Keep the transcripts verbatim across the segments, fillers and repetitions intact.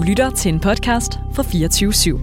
lytter til en podcast fra fireogtyve syv.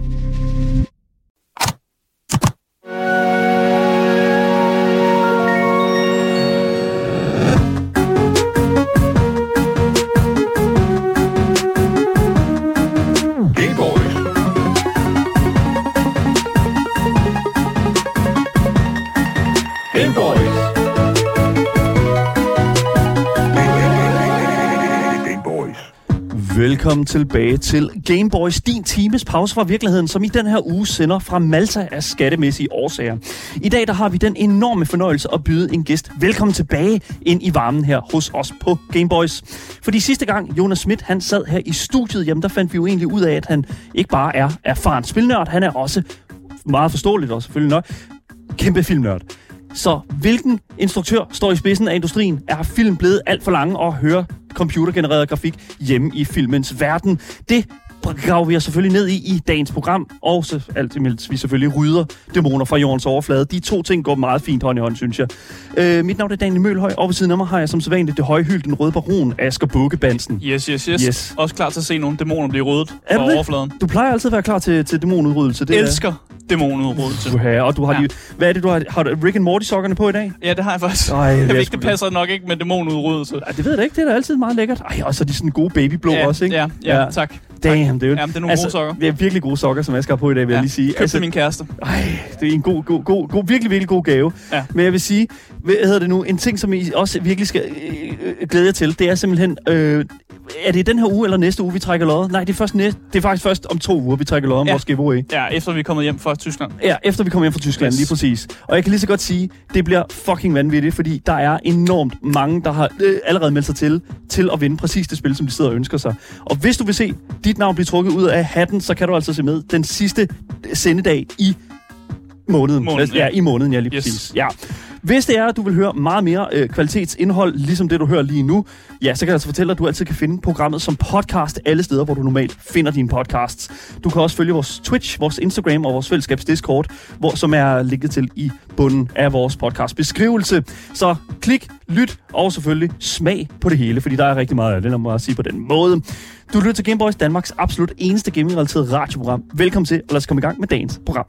Velkommen tilbage til Game Boys, din times pause fra virkeligheden, som i den her uge sender fra Malta af skattemæssige årsager. I dag der har vi den enorme fornøjelse at byde en gæst velkommen tilbage ind i varmen her hos os på Game Boys. Fordi sidste gang Jonas Schmidt han sad her i studiet, jamen der fandt vi jo egentlig ud af, at han ikke bare er erfaren spilnørd, han er også meget forståeligt og selvfølgelig nok kæmpe filmnørd. Så hvilken instruktør står i spidsen af industrien? Er film blevet alt for lange og hører computergenereret grafik hjemme i filmens verden? Det graver vi os selvfølgelig ned i i dagens program, og så alt imens vi selvfølgelig rydder dæmoner fra jordens overflade. De to ting går meget fint hånd i hånd, synes jeg. Øh, mit navn er Daniel Mølhøj, og ved siden af mig har jeg som sædvanligt det høje hyld, den røde baron, Asger Bukke-Bansen. Yes, yes, yes, yes. Også klar til at se nogle dæmoner blive ryddet fra overfladen. Du plejer altid at være klar til, til dæmonudryddelse. Det elsker dæmonudryddelse. Du har, og du har ja. lige... Hvad er det, du har? Har du Rick and Morty-sokkerne på i dag? Ja, det har jeg faktisk. Ej, jeg ved ikke, det passer nok ikke med dæmonudryddelse. Ej, det ved jeg ikke. Det er da altid meget lækkert. Ej, og så er de sådan gode babyblå ja, også, ikke? Ja, ja, ja. tak. Damn, det er jo... Jamen, det er nogle altså, gode sokker. Det er virkelig gode sokker, som jeg skal have på i dag, vil ja, jeg lige sige. Købte altså, min kæreste. Ej, det er en god, god, god, god, virkelig, virkelig god gave. Ja. Men jeg vil sige, hvad hedder det nu, en ting, som I også virkelig skal øh, glæde jer til, det er simpelthen... Øh, er det den her uge eller næste uge, vi trækker loddet? Nej, det er, først næste, det er faktisk først om to uger, vi trækker loddet om ja. vores giveaway. Ja, efter vi er kommet hjem fra Tyskland. Ja, efter vi kommer hjem fra Tyskland, yes. Lige præcis. Og jeg kan lige så godt sige, det bliver fucking vanvittigt, fordi der er enormt mange, der har øh, allerede meldt sig til, til at vinde præcis det spil, som de sidder og ønsker sig. Og hvis du vil se dit navn blive trukket ud af hatten, så kan du altså se med den sidste sendedag i måneden. måneden ja. ja, i måneden, ja, lige yes. præcis. Ja. Hvis det er, at du vil høre meget mere øh, kvalitetsindhold, ligesom det, du hører lige nu, ja, så kan jeg altså fortælle dig, at du altid kan finde programmet som podcast alle steder, hvor du normalt finder dine podcasts. Du kan også følge vores Twitch, vores Instagram og vores fællesskabs Discord, hvor, som er linket til i bunden af vores podcastbeskrivelse. Så klik, lyt og selvfølgelig smag på det hele, fordi der er rigtig meget af det, når man sige på den måde. Du lytter til Game Boys, Danmarks absolut eneste gaming-relateret radioprogram. Velkommen til, og lad os komme i gang med dagens program.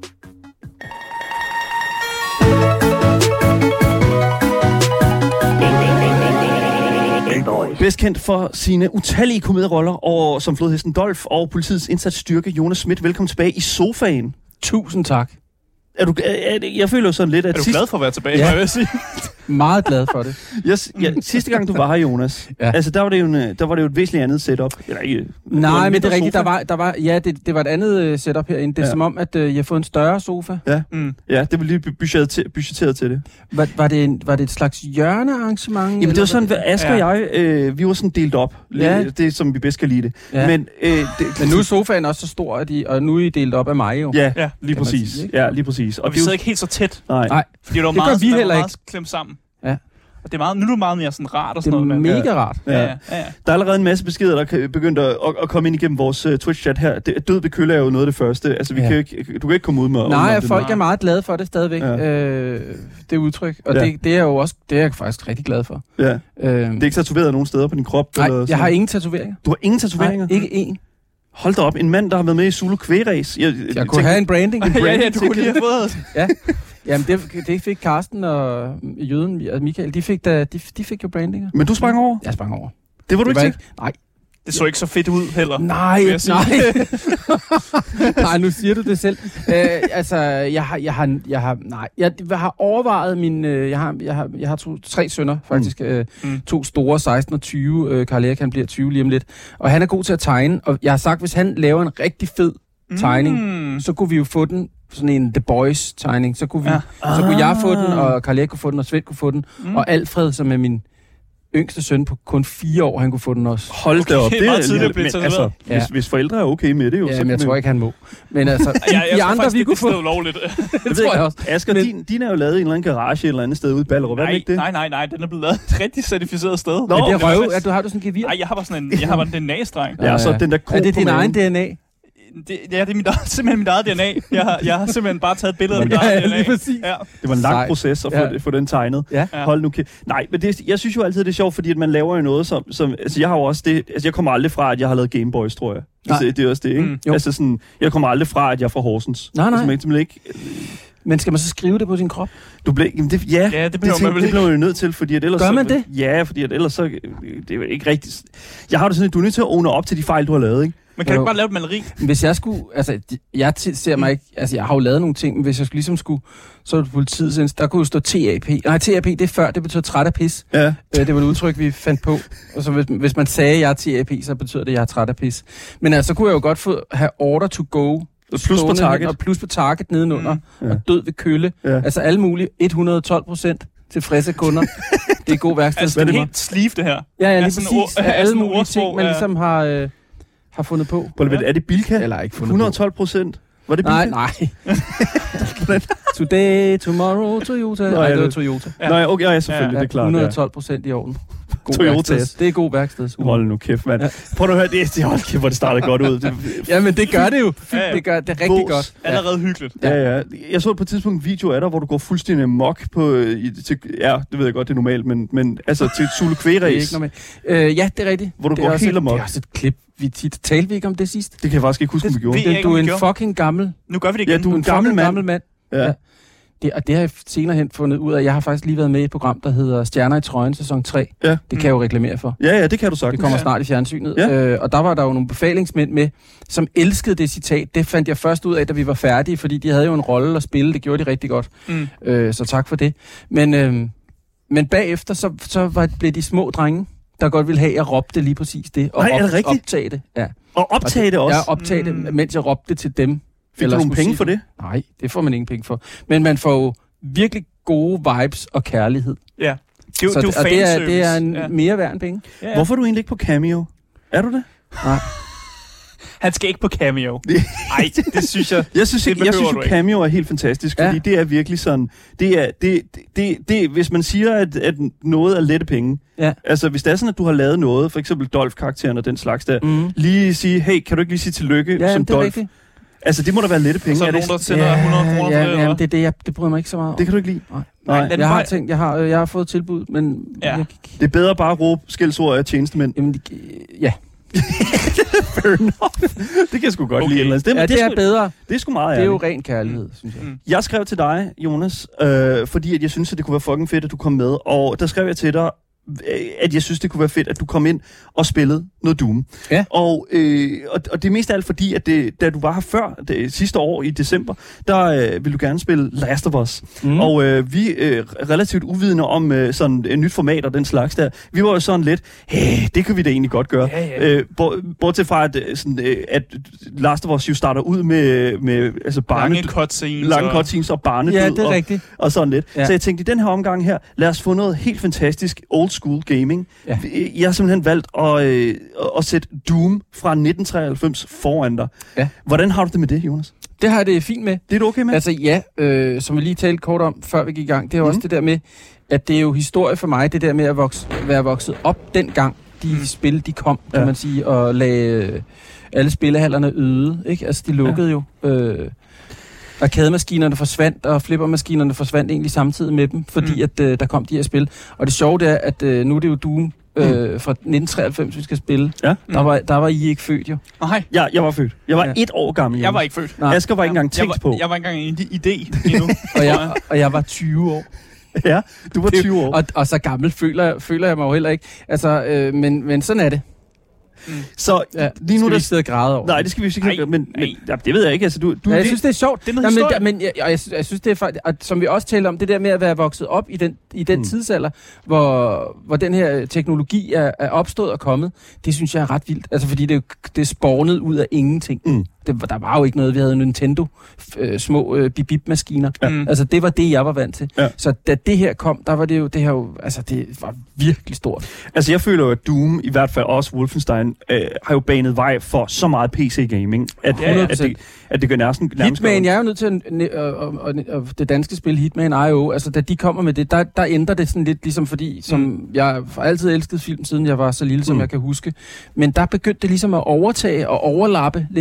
Bedst kendt for sine utallige komedieroller og som flodhesten Dolph og politiets indsatsstyrke Jonas Schmidt. Velkommen tilbage i sofaen. Tusind tak. Er du, er, er, jeg føler jo sådan lidt, at... Er du sidst... glad for at være tilbage, ja. jeg vil sige? Meget glad for det. Yes, ja, sidste gang du var her, Jonas, ja. altså der var, det jo en, der var det jo et væsentligt andet setup. Eller ikke, Nej, men det er rigtigt. Der var, der var, ja, det, det var et andet setup herinde. Det er ja. som om, at uh, jeg har fået en større sofa. Ja, mm. ja det var lige budgetteret til, budgetteret til det. Var, var, det en, var det et slags hjørnearrangement? Jamen det var sådan, at Asger ja. og jeg, øh, vi var sådan delt op. Ja. Det som vi bedst kan lide det. Ja. Men, øh, det, men nu er sofaen også så stor, at de, og nu er I delt op af mig jo. Ja, ja lige præcis. Sige, ja, lige præcis. Og, og vi sidder ikke helt så tæt. Nej. Nej. Fordi det var det meget, vi der heller var ikke. meget klemt sammen. Ja. Og det er meget, nu er det meget mere sådan rart og sådan noget. noget. Det er mega rart. Ja. Ja, ja. Ja, ja. Der er allerede en masse beskeder, der kan begynde at, at komme ind igennem vores uh, Twitch-chat her. Det, død ved kølle er jo noget af det første. Altså, vi ja. kan ikke, du kan ikke komme ud med... Nej, det folk noget. er meget glade for det stadigvæk, ja. øh, det udtryk. Og ja. det, det er jo også, det er jeg faktisk rigtig glad for. Ja. Øh, det er ikke tatoveret nogen steder på din krop? Nej, eller jeg sådan. har ingen tatoveringer. Du har ingen tatoveringer? Nej, ikke én. Hold da op, en mand, der har været med i Zulu Kvægræs. Jeg, jeg, jeg kunne have en branding. En branding ja, ja, du kunne lige have fået. Ja. Jamen, det, det fik Karsten og Jøden og Michael. De fik, da, de, de fik jo brandinger. Men du sprang over? Jeg sprang over. Det var du det ikke var ikke? Nej. Det så ikke så fedt ud heller. Nej, nej. nej, nu siger du det selv. Æ, altså, jeg har, jeg har, jeg har, nej, jeg har overvejet min, øh, jeg har, jeg har, jeg har to, tre sønner faktisk, mm. Øh, mm. to store, seksten og tyve. Øh, Karl Erik, han bliver tyve lige om lidt, og han er god til at tegne. Og jeg har sagt, hvis han laver en rigtig fed tegning, mm. så kunne vi jo få den sådan en The Boys tegning. Så kunne vi, ja. så kunne jeg få den, og Karl Erik kunne få den, og Svend kunne få den, mm. og Alfred, som er min yngste søn på kun fire år, han kunne få den også. Hold da okay, op. Det er meget tidligt blevet taget altså, ja. hvis, hvis forældre er okay med det jo. Ja, så men jeg tror ikke, han må. Men altså, ja, jeg de andre, vi kunne få... Det er lovligt. det tror jeg også. Asger, men... din, din er jo lavet i en eller anden garage et eller andet sted ude i Ballerup. Nej, er det ikke det? nej, nej, nej. Den er blevet lavet et rigtig certificeret sted. Nå, men det er røv, at du har du sådan en gevir. Nej, jeg har bare sådan en, jeg har bare en D N A-streng. Ja, så den der ko. Er det din egen D N A? Det, ja, det er mit, simpelthen mit eget D N A. Jeg har, jeg har simpelthen bare taget et billede af mit eget D N A. Ja. Det var en lang proces at få, ja. få den tegnet. Ja. Hold nu kæft. Nej, men det, jeg synes jo altid, det er sjovt, fordi at man laver jo noget, som... som altså, jeg har jo også det... Altså, jeg kommer aldrig fra, at jeg har lavet Game Boys, tror jeg. Altså, det er også det, ikke? Mm, altså sådan, jeg kommer aldrig fra, at jeg er fra Horsens. Nej, nej. Altså, man kan simpelthen ikke... Men skal man så skrive det på sin krop? Du blev, jamen det, ja, ja, det bliver det, man vel det bliver man jo nødt til, fordi at ellers... Gør man så, det? Ja, fordi at ellers så... Det er jo ikke rigtigt... Jeg har det sådan, at du er nødt til at åbne op til de fejl, du har lavet, ikke? Men kan du ikke bare lave et maleri? Hvis jeg skulle... Altså, jeg ser mig ikke... Altså, jeg har jo lavet nogle ting, men hvis jeg skulle ligesom skulle... Så er det politiet, synes, der kunne jo stå T A P. Nej, T A P, det er før, det betyder træt af pis. Ja. Øh, det var et udtryk, vi fandt på. Og så hvis, hvis man sagde, at jeg er T A P, så betyder det, at jeg er træt af pis. Men altså, så kunne jeg jo godt få have order to go... Plus på target. Og plus på target nedenunder. Mm. Ja. Og død ved kølle. Ja. Altså alle mulige et hundrede og tolv procent tilfredse kunder. Det er god værksted. Altså, det er helt sleeve, det her. Ja, ja, lige altså, præcis. Ord, Af alle mulige ordsprog, ting, man ja. ligesom har, øh, har fundet på. Ja. Er det Bilka? Eller ikke fundet et hundrede og tolv procent. Var det Bilka? Nej, nej. Today, tomorrow, Toyota. Nå, Nej, ja, det var det- Toyota. Ja. Nå, ja, okay, ja, selvfølgelig, Ja, det er klart. et hundrede Ja. og tolv procent i orden. God Toyotas. værksted. Det er god værksted. Hold nu kæft, mand. Ja. Prøv nu at høre, det, det hold kæft, hvor det starter godt ud. Det, Ja, men det gør det jo. Ja, ja. Det gør det er rigtig Vås. godt. Allerede hyggeligt. ja, ja. Jeg så på et tidspunkt en video af dig, hvor du går fuldstændig mok på... I, til, ja, det ved jeg godt, det er normalt, men, men altså til Zulu Det er ikke Kvæg-race. normalt. Øh, ja, det er rigtigt. Hvor du det går er også helt et, amok. Det er også et klip. Vi tit talte vi ikke om det sidst. Det kan jeg faktisk ikke huske, om vi gjorde. ved jeg Den, ikke, du om er vi en gjorde. fucking gammel... Nu gør vi det Ja, igen. du er en fucking gammel mand. gammel mand. Ja. Ja. Det, og det har jeg senere hen fundet ud af. Jeg har faktisk lige været med i et program, der hedder Stjerner i trøjen, sæson tre. Ja. Det kan jeg jo reklamere for. Ja, ja, det kan du sagtens. Det kommer Ja. snart i fjernsynet. Ja. Øh, og der var der jo nogle befalingsmænd med, som elskede det citat. Det fandt jeg først ud af, da vi var færdige, fordi de havde jo en rolle at spille. Det gjorde de rigtig godt. Mm. Øh, så tak for det. Men, øh, men bagefter, så, så var, blev de små drenge, der godt ville have, at jeg råbte lige præcis det. Og Nej, er det rigtigt? optage det. Ja. Og optage det også. Jeg optage det, Mm. mens jeg råbte det til dem. Fik Eller du nogle skulle penge sige for det? Nej, det får man ingen penge for. Men man får jo virkelig gode vibes og kærlighed. Ja. Det er jo, Så det er jo og det er, fanservice. det er en ja. mere værd end penge. Ja, ja. Hvorfor er du egentlig ikke på Cameo? Er du det? Nej. Han skal ikke på Cameo. Nej, det synes jeg... Jeg synes, Det ikke, jeg behøver synes du jo, ikke. Cameo er helt fantastisk, Ja. fordi det er virkelig sådan... Det er, det, det, det, det, hvis man siger, at, at noget er lette penge... Ja. Altså, hvis det er sådan, at du har lavet noget, for eksempel Dolph-karakteren og den slags der, Mm. lige sige, hey, kan du ikke lige sige tillykke Ja, som det er Dolph? rigtigt. Altså, det må da være lette penge. Så er er der det, nogen, der sender hundrede kroner for ja, det, ja, eller men det er det, jeg, det bryder mig ikke så meget om. det kan du ikke lide? Nej. Nej. lad den Jeg har bare- tænkt, jeg har, jeg har fået tilbud, men... Ja. Jeg, Det er bedre bare at råbe skældsord af tjenestemænd. jamen, de- ja. Fair enough. Det kan jeg sgu godt Okay. lide. Det, ja, det er sgu- bedre. det er sgu meget Det er jo ærligt. ren kærlighed, synes jeg. Mm. Jeg skrev til dig, Jonas, øh, fordi at jeg synes, at det kunne være fucking fedt, at du kom med. Og der skrev jeg til dig, øh, at jeg synes, det kunne være fedt, at du kom ind og spillede noget Doom. Ja. Og, øh, og, og det er mest af alt fordi, at det, da du var her før, det, sidste år i december, der øh, ville du gerne spille Last of Us. Mm. Mm. Og øh, vi er øh, relativt uvidende om øh, sådan et nyt format og den slags der. Vi var jo sådan lidt, hey, det kan vi da egentlig godt gøre. Ja, ja. Øh, bort, bortset fra, at, øh, sådan, øh, at Last of Us jo starter ud med, med altså barne, Lange cutscenes. lange og- cutscenes og barnedød. Ja, det er og, rigtigt. og sådan lidt. Ja. Ja. Så jeg tænkte, i den her omgang her, lad os få noget helt fantastisk old school gaming. Ja. Jeg har simpelthen valgt at, øh, at sætte Doom fra nitten treoghalvfems foran dig. Ja. Hvordan har du det med det, Jonas? Det har jeg det fint med. Det er du okay med? Altså ja, øh, som vi lige talte kort om, før vi gik i gang, det er jo mm. også Mhm. det der med, at det er jo historie for mig, det der med at vokse, være vokset op dengang, de mm. spil, de kom, kan Ja. man sige, og lagde øh, alle spillehallerne øde, ikke? Altså, de lukkede ja. jo. Øh, arcade-maskinerne forsvandt, og flippermaskinerne forsvandt egentlig samtidig med dem, fordi mm. at øh, der kom de her spil. Og det sjove det er, at øh, nu er det jo Doom øh, fra nitten treoghalvfems, vi skal spille. Ja. Der, var, der var I ikke født jo. Nej, Ja, jeg var født. Jeg var Ja. ja. et år gammel. jeg Jonas. var ikke født. Nej. Asger var ikke engang jeg tænkt var, på. Jeg var ikke engang en idé endnu. Og jeg, og jeg var tyve år. Ja, du var Det- tyve år. Og, og så gammel føler, jeg- føler jeg mig jo heller ikke. Altså, øh, men, men sådan er det. Så Ja, lige nu skal vi der... ikke sidde og græde over. Nej, det skal vi sikkert Nej, ikke. Men, men nej. ja, det ved jeg ikke. Altså, du, du, Ja, jeg det- synes, det er sjovt. Det er noget Nå, men, historie. der, men jeg, jeg, jeg, jeg synes, det er faktisk... Og som vi også taler om, det der med at være vokset op i den, i den mm. tidsalder, hvor, hvor den her teknologi er, er opstået og kommet, det synes jeg er ret vildt. Altså, fordi det, det er spawnet ud af ingenting. Mm. Det, der var jo ikke noget. Vi havde Nintendo, f- øh, små øh, bip-bip-maskiner. Ja. Mm. Altså, det var det, jeg var vant til. Ja. Så da det her kom, der var det jo... Det her jo, altså, det var virkelig stort. Altså, jeg føler jo, at Doom, i hvert fald også Wolfenstein, øh, har jo banet vej for så meget P C-gaming, at, Ja, ja. at, det, at det gør næsten... nærmest Hitman, gøre- jeg er jo nødt til at... næ- Og, og, og, og det danske spil Hitman I O, altså da de kommer med det, der, der ændrer det sådan lidt, ligesom fordi, som mm. jeg har altid elsket film, siden jeg var så lille, som Mm. jeg kan huske. Men der begyndte det ligesom at overtage og overlappe lidt, for nu kom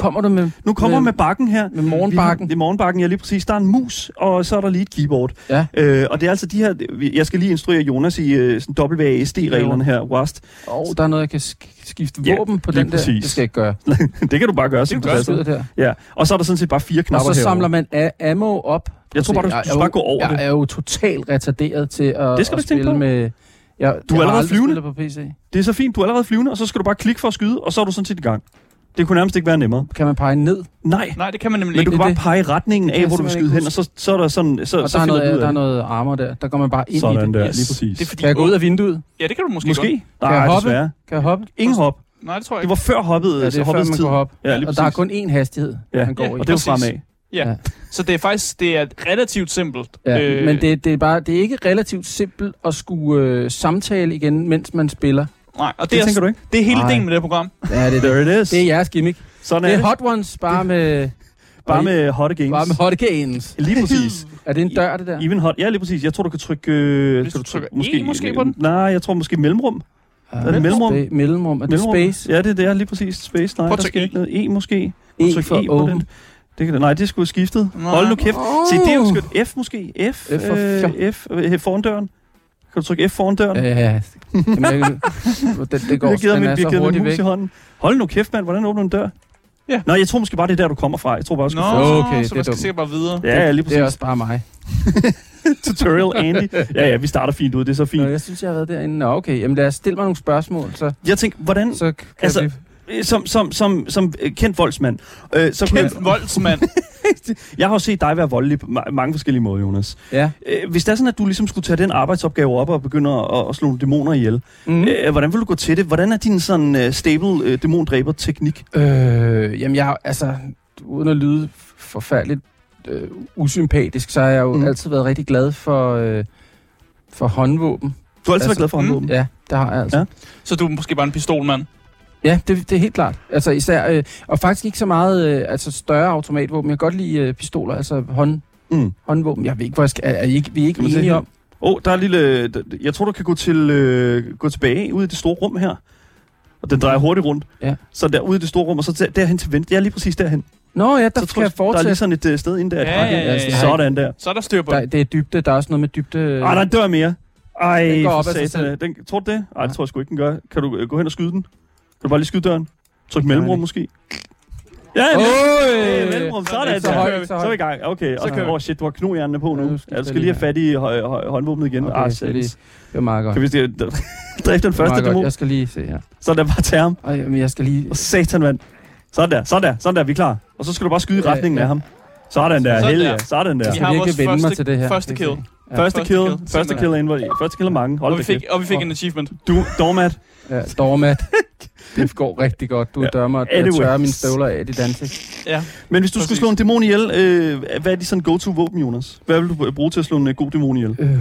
kommer du med... Nu kommer med, med bakken her. Med morgenbakken. Det er morgenbakken, ja, lige præcis. Der er en mus, og så er der lige et keyboard. Ja. Øh, og det er altså de her... Jeg skal lige instruere Jonas i uh, W A S D-reglerne her, W A S D. Åh, oh, der er noget, jeg kan sk- skifte Ja, våben på lige den der. præcis. Det skal jeg ikke gøre. Det kan du bare gøre, som Det gør jeg der. Ja. Og så er der sådan set bare fire knapper Og så herovre. samler man a- ammo op. Jeg tror bare, du, du skal jeg, bare gå over jeg, det. Jeg er jo totalt retarderet til at, Det skal at du tænke spille på. med... Jeg, Du er jeg allerede flyvende. på P C. Det er så fint, du er allerede flyvende, og så skal du bare klikke for at skyde, og så er du sådan set i gang. Det kunne nærmest ikke være nemmere. Kan man pege ned? Nej, Nej, det kan man nemlig men ikke. du kan bare det. pege retningen af, kan hvor du jeg vil simpelthen skyde ikke hen, og så, så er der sådan... Så, Og så der er, finder du noget, ud der er af noget armor der. Der går man bare ind Sådan i det. der, Yes. lige præcis. Det er fordi, Kan jeg gå ud af vinduet? Ja, det kan du måske, Måske? godt. Kan jeg Nej, hoppe? desværre. Kan jeg hoppe? Ingen hop. Nej, det tror jeg Det ikke. var før hoppet, Ja, det er før, hoppets man tid. kunne hoppe. Ja, lige Og der er præcis. kun én hastighed, Ja, man går ja, i. Og det er jo præcis. fremad. Ja. Ja. Så det er faktisk det er relativt simpelt. Ja, Øh, men det, det, er bare, det er ikke relativt simpelt at skulle øh, samtale igen, mens man spiller. Nej, og det, Det er, tænker du ikke? det er hele Nej. ideen med det her program. Ja, det er There det. it is. Det er jeres gimmick. Sådan Det er er det. Hot Ones, bare med... Bare med hotte games. Bare med hot games. Lige præcis. Er det en dør, det der? Even hot. Ja, lige præcis. Jeg tror, du kan trykke... Øh, Hvis kan du trykker trykke- E måske på den? Nej, jeg tror måske mellemrum. Ah, Er det mellemrum? Spa- mellemrum. Er det Mellemrum. space? Ja, det er det, er lige præcis. Space. Nej, Prøv at der trykke skal E. ikke noget. E måske. E Tryk for E på open. den. Det kan, nej, det skulle skiftet. Nej. Hold nu kæft. Se, det er jo skønt. F måske. F. F for øh, F øh, foran døren. Kan du trykke F foran døren? Ja, ja. Jamen, jeg, det, det går, Jeg giver den mig er vi så giver hurtigt mus væk. i hånden. Hold nu kæft, mand. Hvordan åbner en dør? Ja. Nå, jeg tror måske bare, det er der, du kommer fra. Jeg tror bare, jeg Nå, skulle Okay, okay, det så er man skal dumt. sikkert bare videre. Ja, ja, lige Det præcis. er også bare mig. Tutorial Andy. Ja, ja, vi starter fint ud. Det er så Nå, fint. jeg synes, jeg har været derinde. Nå, okay. Jamen lad os stille mig nogle spørgsmål, så, Jeg tænker, hvordan... så kan Altså, vi... Som, som, som, som øh, kendt voldsmand. Øh, så kunne jeg, Kendt voldsmand. jeg har jo set dig være voldelig på ma- mange forskellige måder, Jonas. Ja. Øh, hvis det er sådan, at du ligesom skulle tage den arbejdsopgave op og begynde at, at slå nogle dæmoner ihjel, Mm. øh, hvordan vil du gå til det? Hvordan er din sådan uh, stable uh, dæmondræber-teknik? Øh, jamen, jeg har, altså, uden at lyde forfærdeligt øh, usympatisk, så har jeg jo Mhm. mm. altid været rigtig glad for, øh, for håndvåben. Du har altid Altså, været glad for håndvåben. Ja, det har jeg altså. Ja. Ja, Så du er måske bare en pistolmand. ja det, det er helt klart. Altså især, øh, og faktisk ikke så meget øh, altså større automatvåben. Jeg kan godt lide øh, pistoler, altså hånd, Mm. håndvåben. Jeg ved ikke, hvor jeg skal... Er, er I ikke, vi er ikke Kan man se enige her? om? Åh, oh, der er en lille... Jeg tror, du kan gå, til, øh, gå tilbage ud i det store rum her. Og den drejer hurtigt rundt. Ja. Så der ude i det store rum, og så der, derhen til venstre. Ja, lige præcis derhen. Nå ja, der Så kan tror jeg jeg, der er fortsætte. lige sådan et uh, sted inde der. Ja, ja, ja, ja. Sådan der. Så er der styr på Der, det. det er dybde. Der er også noget med dybde... Ej, der er en dør mere. Ej, Den går for op af sig satan. Den, tror du det? Ej, det Ja. tror jeg sgu ikke, den gør. Kan du øh, gå hen og skyde den? Kan du bare lige skyde døren? Tryk Det mellemrum kan måske. Ja, Øj! hey, mellemrum. Sådan Ikke så der. højt, ikke så Så er højt. vi i gang. Okay, Så og kører vi. åh oh, shit, du har knohjernene på Ja, nu. nu skal Ja, jeg du skal lige have fat i høj, høj, håndvåbnet igen. Okay, ah, det, er lige, satans. det er meget godt. Kan vi stikke- dræbe den første Meget godt. dæmon? Jeg skal lige se her. Så er der bare term. Ej, men jeg skal lige... Og satan, mand. Sådan der, sådan der, sådan der, vi er klar. Og så skal du bare skyde i Ja, retningen ja. af ham. Sådan der, Sådan held der. ja. Sådan der. Vi Jeg skal har virkelig vores vende mig første- til det her. første kill. Ja. Første Første kill, kill, første simpelthen. kill er indvolveret. Første kill er mange. Hold Og da vi fik, kæft. og vi fik en achievement. Du, Dormat. Ja, Dormat. Det går rigtig godt. Du Ja. dør mig at Anyways. tørre mine støvler af dit ansigt. Ja. Men hvis du skulle Præcis. slå en dæmon ihjel, øh, hvad er de sådan go-to våben, Jonas? Hvad vil du bruge til at slå en øh, god dæmon ihjel? Øh.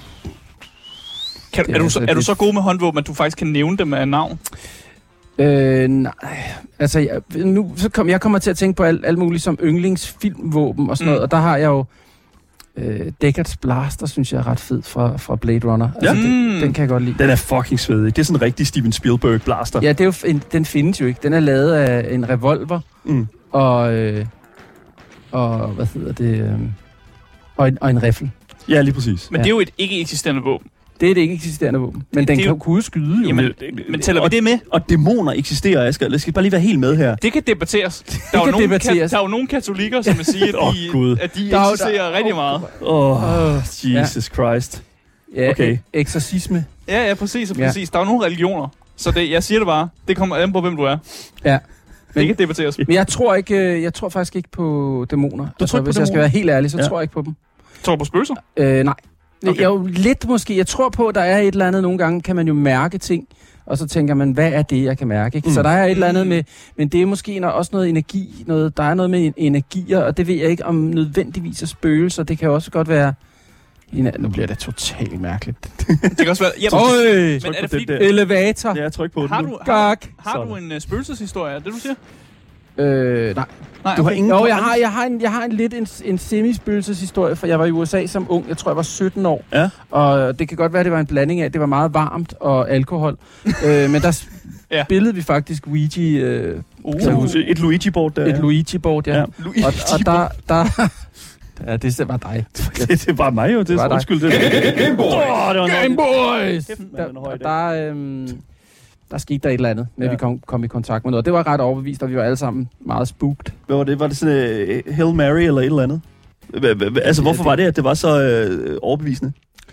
Kan, Det er er, du, altså så, er du lidt- så god med håndvåben, at du faktisk kan nævne dem af navn? Øh, nej, altså jeg, nu så kom, jeg kommer til at tænke på alt, alt muligt som yndlingsfilmvåben og sådan Mm. noget, og der har jeg jo øh, Deckard's Blaster, synes jeg er ret fed fra, fra Blade Runner. Altså, Ja. den, Mm. den kan jeg godt lide. Den er fucking svedig. Det er sådan en rigtig Steven Spielberg blaster. Ja, det er jo, f- en, den findes jo ikke. Den er lavet af en revolver Mm. og, øh, og hvad hedder det, øh, og, en, og en riffel. Ja, lige præcis. Men Ja. det er jo et ikke-eksisterende våben. Det er et ikke eksisterende våben, men Det- den det er kan jo- kunne skyde jo. Jamen, men tæller vi det med? Og dæmoner eksisterer, Asger. Jeg skal bare lige være helt med her. Det kan debatteres. Der er, jo kan nogle, debatteres. Ka- der er jo nogle katolikker, som vil sige, at Åh, de, Gud. at de Der er jo- eksisterer der- rigtig meget. Åh, oh, Åh, Jesus Christ. Ja, Okay. e- eksorcisme. Ja, ja, præcis, og Ja. præcis. Der er jo nogle religioner. Så det, jeg siger det bare. Det kommer an på, hvem du er. Ja. Det kan debatteres. Men jeg tror ikke, øh, jeg tror faktisk ikke på dæmoner. Du tror ikke på hvis jeg skal dæmoner? være helt ærlig, så Ja. tror jeg ikke på dem. Tror du på spøgelser? Øh, nej. Okay. Okay. Jeg er jo lidt måske, jeg tror på, at der er et eller andet, nogle gange kan man jo mærke ting, og så tænker man, hvad er det, jeg kan mærke? Ikke? Mm. Så der er et eller andet Mm. med, men det er måske no- også noget energi, noget, der er noget med en- energier, og det ved jeg ikke om nødvendigvis er spøgelser, det kan også godt være, nu bliver det totalt mærkeligt. Det kan også være... Ja, Øj! men Tryk er på det fordi... den der. Elevator! Ja, tryk på den. Har nu. du, har, Gak! har du Sådan. en uh, spøgelseshistorie, er det du siger? Øh, nej. Nej, Du har okay. ingen... Jo, jeg har, jeg har, en, jeg har en lidt en, en semi-spøgelseshistorie, for jeg var i U S A som ung. Jeg tror, jeg var sytten år. Ja. Og det kan godt være, at det var en blanding af, at det var meget varmt og alkohol. øh, men der, ja. billede vi faktisk Ouija... Øh, uh, et Luigi-board der. Et Luigi-board, ja. ja. Luigi og, og der... der ja, det var dig. det, det var mig jo, det er undskyld. Det. Game Boys! Oh, Game Boys! Der, der, øhm, der skete der et eller andet, med ja. vi kom, kom i kontakt med noget. Det var ret overbevist, og vi var alle sammen meget spooked. Hvad var det? Var det sådan uh, Hail Mary eller et eller andet? Altså, hvorfor var det, at det var så uh, overbevisende?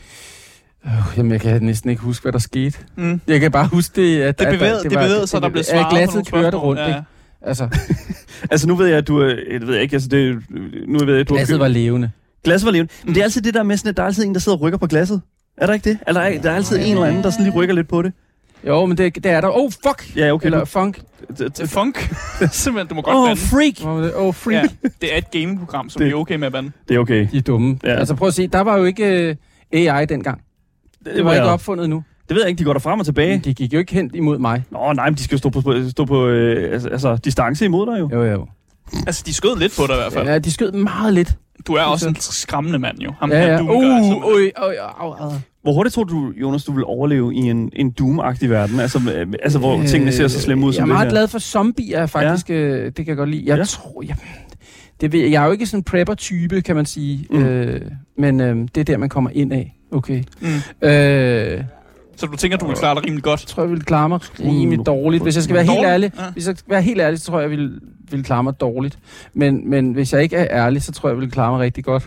Øh, jamen, jeg kan næsten ikke huske, hvad der skete. Mm. Jeg kan bare huske det, at... Det bevægede, det, det bevægede så der blev svaret på glasset kørte rundt, ja. ikke? Altså. altså, nu ved jeg, at du... Det ved jeg ikke, altså det... Nu ved jeg, at du glasset var levende. Glasset var levende. Men det er altid det der med sådan, at der er altid en, der sidder og rykker på glasset. Er der ikke det? Eller er, der er altid en eller anden, der sådan lige rykker lidt på det. Jo, men det, det er der. Oh, fuck! Ja, okay. Eller funk. Funk? Simpelthen, du må godt oh, bande. Freak! Oh, freak! Ja, det er et gameprogram, som det, er okay med at bande. Det er okay. De er dumme. Ja. Altså prøv at se, der var jo ikke uh, A I dengang. Det, det var ikke opfundet nu. Det ved jeg ikke, de går der frem og tilbage. De gik jo ikke hen imod mig. Nå, nej, men de skal stå på, stå på øh, altså, altså, distance imod dig jo. Jo, jo. Altså, de skød lidt på dig i hvert fald. Ja, de skød meget lidt. Du er også en skræmmende mand, jo. Ham, ja, ja. Doom uh, gør, uh, uh, uh, uh. Hvor hurtigt tror du, Jonas, du vil overleve i en, en Doom-agtig verden? Altså, øh, altså hvor øh, tingene ser så slemme ud som det her. Jeg er meget glad for zombier, faktisk. Ja. Øh, det kan jeg godt lide. Jeg ja. tror... Jeg, det ved, jeg er jo ikke sådan en prepper-type, kan man sige. Mm. Øh, men øh, det er der, man kommer ind af. Okay. Mm. Øh... Så du tænker, du vil klare dig rimelig godt? Jeg tror, jeg vil klare mig rimelig dårligt. Hvis jeg skal være helt ærlig, ja. hvis jeg skal være helt ærlig, så tror jeg, jeg vil, vil klare mig dårligt. Men, men hvis jeg ikke er ærlig, så tror jeg, jeg vil klare mig rigtig godt.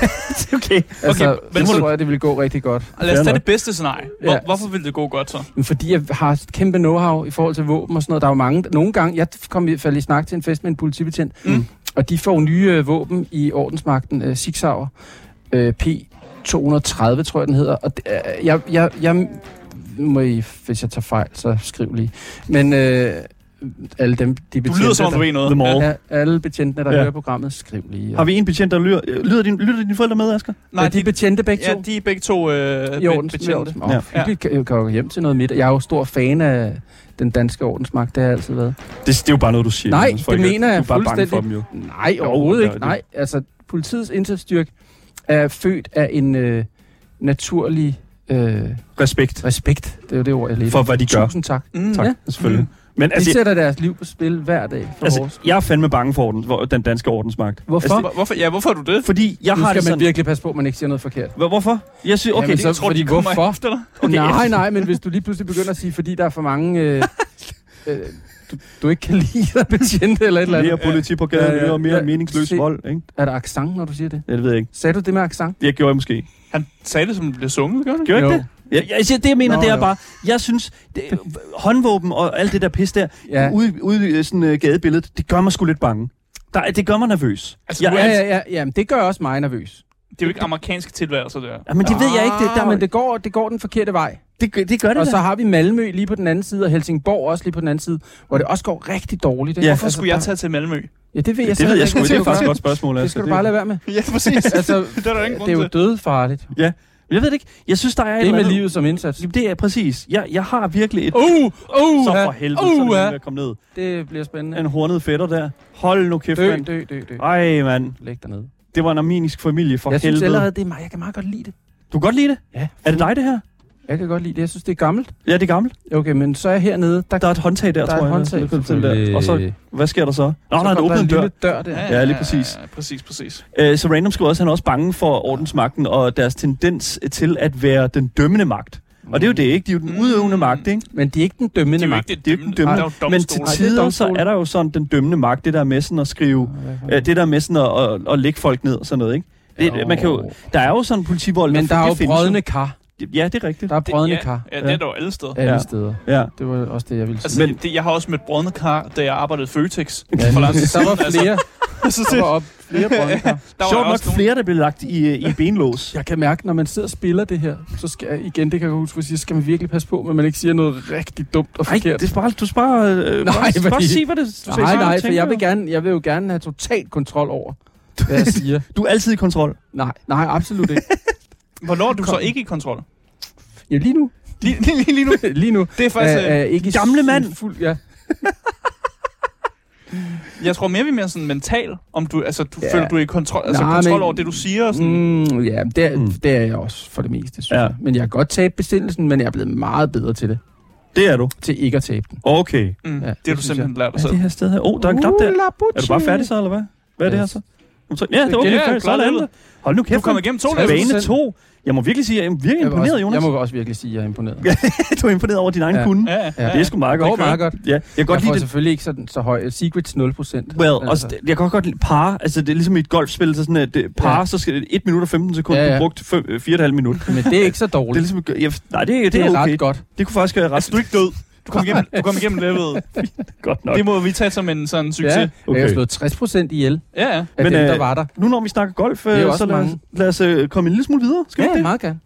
okay. Altså, okay, men så tror jeg, det vil gå rigtig godt. Lad os tage det bedste scenarie. Hvor, ja. Hvorfor vil det gå godt så? Men fordi jeg har et kæmpe know-how i forhold til våben og sådan noget. Der er jo mange... Nogle gange... Jeg kom i faldt i snak til en fest med en politibetjent, mm. og de får nye øh, våben i ordensmagten, øh, Sig Sauer, øh, P to hundrede og tredive, tror jeg, den hedder. Og øh, jeg... jeg, jeg må I, hvis jeg tager fejl, så skriv lige. Men øh, alle dem, de betjente... Du lyder som om du ved noget. Ja, alle betjentene, der ja. hører programmet, skriv lige. Har vi en betjent, der lyder... Lyder din, lyder dine forældre med, Asger? Nej, ja, de, de betjente begge to. Ja, de er begge to øh, I ordens, betjente. Åh, ja. Jeg kan jo hjem til noget middag. Jeg er jo stor fan af den danske ordensmagt, det har jeg altid været. Det, det er jo bare noget, du siger. Nej, det mener jeg fuldstændig. Du er bare bange for dem, jo. Nej, overhovedet ikke. Nej, altså, politiets indsatsstyrke er født af en øh, naturlig... Øh, respekt. Respekt, det er jo det ord, jeg leder. For hvad de gør. Tusind tak. Mm, tak, ja. Selvfølgelig. Mm. Men, altså, de sætter deres liv på spil hver dag for altså, vores. Jeg er fandme bange for orden, den danske ordensmagt. Hvorfor? Altså, hvorfor? Ja, hvorfor er du det? Fordi jeg nu har skal det sådan... man virkelig passe på, at man ikke siger noget forkert. Hvorfor? Jeg synes, okay, Jamen, så, det, tror, fordi, de kommer hvorfor? efter dig. Okay, nej, nej, men hvis du lige pludselig begynder at sige, fordi der er for mange... Øh, øh, du, du ikke kan lide dig betjente eller et eller andet. Mere politi på gaden, ja, ja. mere ja, meningsløs se, vold, ikke? Er der accent, når du siger det? Ja, det ved jeg ikke. Sagde du det med accent? Det gjorde jeg måske. Han sagde det, som det blev sunget, gør det? Gjorde ikke det? Jeg, jeg siger, det jeg mener, Nå, det er jo. bare, jeg synes, det, håndvåben og alt det der pis der, ja. ude, ude i sådan uh, gadebilledet, det gør mig sgu lidt bange. Der, det gør mig nervøs. Altså, ja, ja, ja, ja, det gør også mig nervøs. Det er jo ikke amerikanske tilværelser, der. Ja, men det ved jeg ikke. Det, der, men det går, det går den forkerte vej. Det, det gør det Og der. så har vi Malmø lige på den anden side, og Helsingborg også lige på den anden side, hvor det også går rigtig dårligt. Ikke? Ja. Hvorfor skulle jeg tage til Malmø? Ja, det ved jeg ja, så det ved jeg sgu. ikke. Det er faktisk et godt spørgsmål. Det skal du bare lade være med. Ja, præcis. altså, det er der ingen grund det er jo dødfarligt. Ja. Jeg ved det ikke. Jeg synes, der er det er med andet. livet som indsats. Det er præcis. Jeg, jeg har virkelig et... Uh, uh, så for helvede, uh, så er det komme ned. Det bliver spændende. En hornet fætter der. Hold nu kæft, dø, mand. Dø, dø, dø. Ej, mand. Læg dig ned. Det var en armenisk familie, for jeg helvede. Jeg synes allerede, det er mig. Jeg kan meget godt lide det. Du kan godt lide det? Ja. Er det dig, det her? Jeg kan godt lide det. Jeg synes, det er gammelt. Ja, det er gammelt. Okay, men så er jeg hernede. Der, der er et håndtag der, der tror jeg. Der er et håndtag. Der. Og så, hvad sker der så? Nå, så nej, der åbner en dør. dør der. Ja, ja, lige præcis. Ja, præcis, præcis. Uh, så Random skriver også, han er også bange for ordensmagten og deres tendens til at være den dømmende magt. Og det er jo det, ikke? De er jo den udøvende magt, ikke? Men de er ikke den dømmende magt. Det er jo ikke den dømmende. Ej, men til tider, så er der jo sådan den dømmende magt, det der med sådan at skrive, uh, det der med sådan at, at, at lægge folk ned og sådan noget, ikke? Det, man kan jo, der er jo sådan politivold. Men der er jo brødne kar. Ja, det er rigtigt. Der er brødne det, kar. Ja, ja, det er der jo alle steder. Alle ja. steder. Ja. Det var også det, jeg ville sige. Altså, men det, jeg har også mødt brødne kar, da jeg arbejdede i Føtex. Ja, der var flere. Altså, der var op flere brødne kar. Sjovt nok flere, der blev lagt i, i benlås. Jeg kan mærke, når man sidder og spiller det her, så skal jeg, igen, det kan jeg huske, for at sige, skal man virkelig passe på, at man ikke siger noget rigtig dumt og forkert. Nej, det er bare, du skal bare, øh, nej, bare, bare sige, hvad det er. Nej, nej, for jeg vil, gerne, jeg vil jo gerne have total kontrol over, hvad jeg siger. Du er altid i kontrol? Nej, nej, absolut ikke. Hvornår er du så ikke i kontrol? Ja, lige nu. Lige, lige, lige nu? lige nu. Det er faktisk... Æ, øh, ikke gamle mand! Fuld, ja. Jeg tror mere, vi er mere sådan mental, om du, altså, du ja. føler, du er i kontrol, altså Nej, kontrol men, over det, du siger. Og sådan. Mm, ja, det er, mm. det er jeg også for det meste, synes ja. jeg. Men jeg kan godt tabe bestilelsen, men jeg er blevet meget bedre til det. Det er du. til ikke at tabe den. Okay. Mm. Ja, det har det du synes simpelthen lært dig Hvad er selv. det her sted her? Åh, oh, der er en knap der. Er du bare færdig så, eller hvad? Hvad er det her så? Ja, det er okay. Ja, Færdig. klar, Sådan. det. Hold nu kæft. Du kommer igennem to Bane levels. to. Jeg må virkelig sige, at jeg er virkelig Jeg, imponeret, også, Jonas. jeg må også virkelig sige, at jeg er imponeret. Du er imponeret over din egen Ja. kunde. Ja, ja, ja. Det er sgu meget Det godt. går meget godt. Ja, jeg kan godt Jeg får lide det. selvfølgelig ikke så, så høj. Secrets nul procent. Well, Altså. også, jeg kan godt lide par. Altså, det er ligesom i et golfspil, så sådan at det, par, Ja. så skal det et minut og femten sekunder, Ja, ja, ja. du brugt fire komma fem minut. Men det er ikke så Det er dårligt. ligesom, ja, nej, det, er- det, Det er er okay. ret godt. Det kunne faktisk være ret Altså, du er ikke død. Du kom igennem, du kom igennem levelet. godt nok. Det må vi tage som en sådan succes. Ja, Okay. jeg har slået tres procent ihjel Ja, ja. af Men, dem, der øh, var der. Nu når vi snakker golf, er jo øh, også så lad os, mange. lad os øh, komme en lille smule videre. Skal vi Ja, ikke det? meget gerne.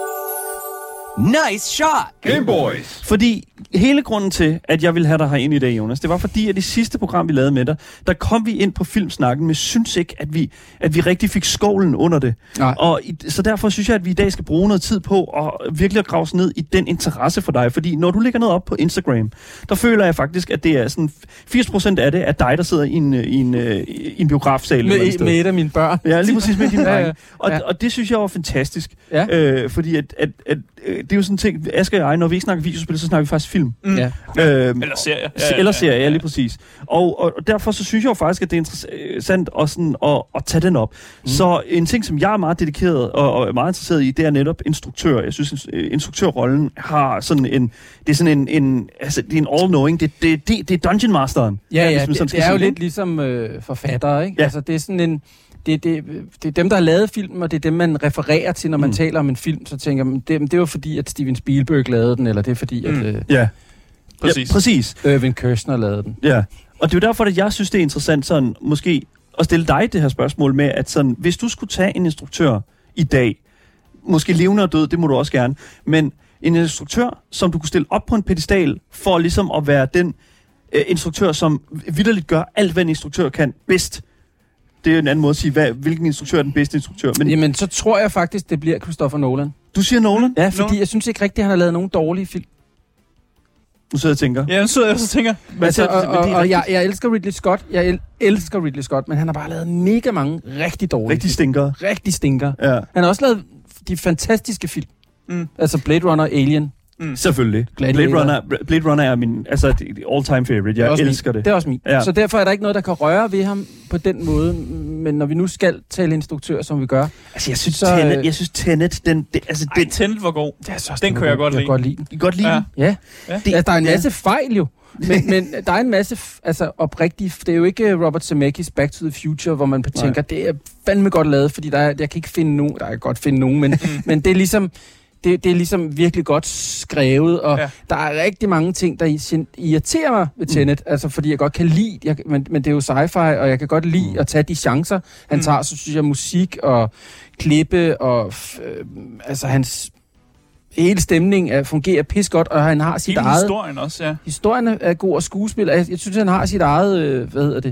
Nice shot! Game Boys. Fordi hele grunden til, at jeg ville have dig herinde i dag, Jonas, det var fordi, at det sidste program, vi lavede med dig, der kom vi ind på filmsnakken, men synes ikke, at vi, at vi rigtig fik skovlen under det. Nej. Og i, så derfor synes jeg, at vi i dag skal bruge noget tid på at virkelig at grave os ned i den interesse for dig. Fordi når du lægger noget op på Instagram, der føler jeg faktisk, at det er sådan firs procent af det er dig, der sidder i en, i en, i en biografsal. eller et Med, sted. med et af mine børn. Ja, lige præcis med dine Ja, ja. drenge. Og, Ja. og det synes jeg var fantastisk. Ja. Øh, fordi at, at, at, øh, det er jo sådan en ting, Asger og jeg, når vi ikke snakker videospil, så snakker vi faktisk film. Mm. Ja. Øhm, Eller serier. Ja, Ja, ja, eller serier, ja, ja, ja. lige præcis. Og, og, og derfor så synes jeg jo faktisk, at det er interessant at, sådan, at, at tage den op. Mm. Så en ting, som jeg er meget dedikeret og, og er meget interesseret i, det er netop instruktør. Jeg synes, at instruktørrollen har sådan en... Det er sådan en... en altså, det er en all-knowing. Det, det, det, det er Dungeon Masteren. Ja, ja, hvis man det, sådan det skal er jo sige lidt ligesom øh, forfattere, ikke? Ja. Altså, det er sådan en... Det, det, det er dem, der har lavet filmen, og det er dem, man refererer til, når man Mm. mm. taler om en film. Så tænker man, det, det er jo fordi, at Steven Spielberg lavede den, eller det er fordi, Mm. at øh, Ja, Præcis. ja, præcis. Irvin Kershner lavede den. Ja. Og det er jo derfor, at jeg synes, det er interessant sådan, måske at stille dig det her spørgsmål med, at sådan, hvis du skulle tage en instruktør i dag, måske levende og død, det må du også gerne, men en instruktør, som du kunne stille op på en pedestal, for ligesom at være den øh, instruktør, som vitterligt gør alt, hvad en instruktør kan bedst. Det er jo en anden måde at sige, hvad, hvilken instruktør er den bedste instruktør. Men Jamen, så tror jeg faktisk, det bliver Christopher Nolan. du siger Nolan? Ja, fordi jeg synes ikke rigtigt, at han har lavet nogen dårlige film. Nu sidder jeg og tænker. Ja, nu sidder jeg også og tænker, Men Altså, så- og men det er og, og rigtigt. jeg, jeg elsker Ridley Scott. Jeg el- elsker Ridley Scott, men han har bare lavet mega mange rigtig dårlige Rigtig film. stinker. Rigtig stinker. Ja, Han har også lavet de fantastiske film. Mm. Altså Blade Runner, Alien. selvfølgelig. Gladiator. Blade Runner, Blade Runner er min altså, det- det all-time favorite. Jeg også elsker min. det. Det er også min. Ja. Ja. Så derfor er der ikke noget, der kan røre ved ham på den måde. Men når vi nu skal tale instruktør, som vi gør... Altså, jeg synes, Så, så, øh, Tenet, jeg synes Tenet, den, det, altså, ej, den, Tenet var god. Det er så Den kunne jeg godt jeg lide. godt lide. I kan godt lide Ja. den? Ja. Ja. Det, ja, der er en ja. masse fejl jo. Men, men der er en masse f- altså, oprigtige... Det er jo ikke Robert Zemeckis Back to the Future, hvor man tænker, det er fandme godt lavet, fordi der er, jeg kan ikke finde nogen... Der er godt finde nogen, men, men det er ligesom... Det, det er ligesom virkelig godt skrevet, og Ja. ja. der er rigtig mange ting, der i- irriterer mig ved Tenet, mm. altså fordi jeg godt kan lide, jeg, men, men det er jo sci-fi, og jeg kan godt lide mm. at tage de chancer, han Mm. tager, så synes jeg musik og klippe, og f- øh, altså hans hele stemning er, fungerer pis godt, og han har sit Hele eget... historien også, ja. Historien er god, og skuespil, jeg, jeg synes, han har sit eget, øh, hvad hedder det,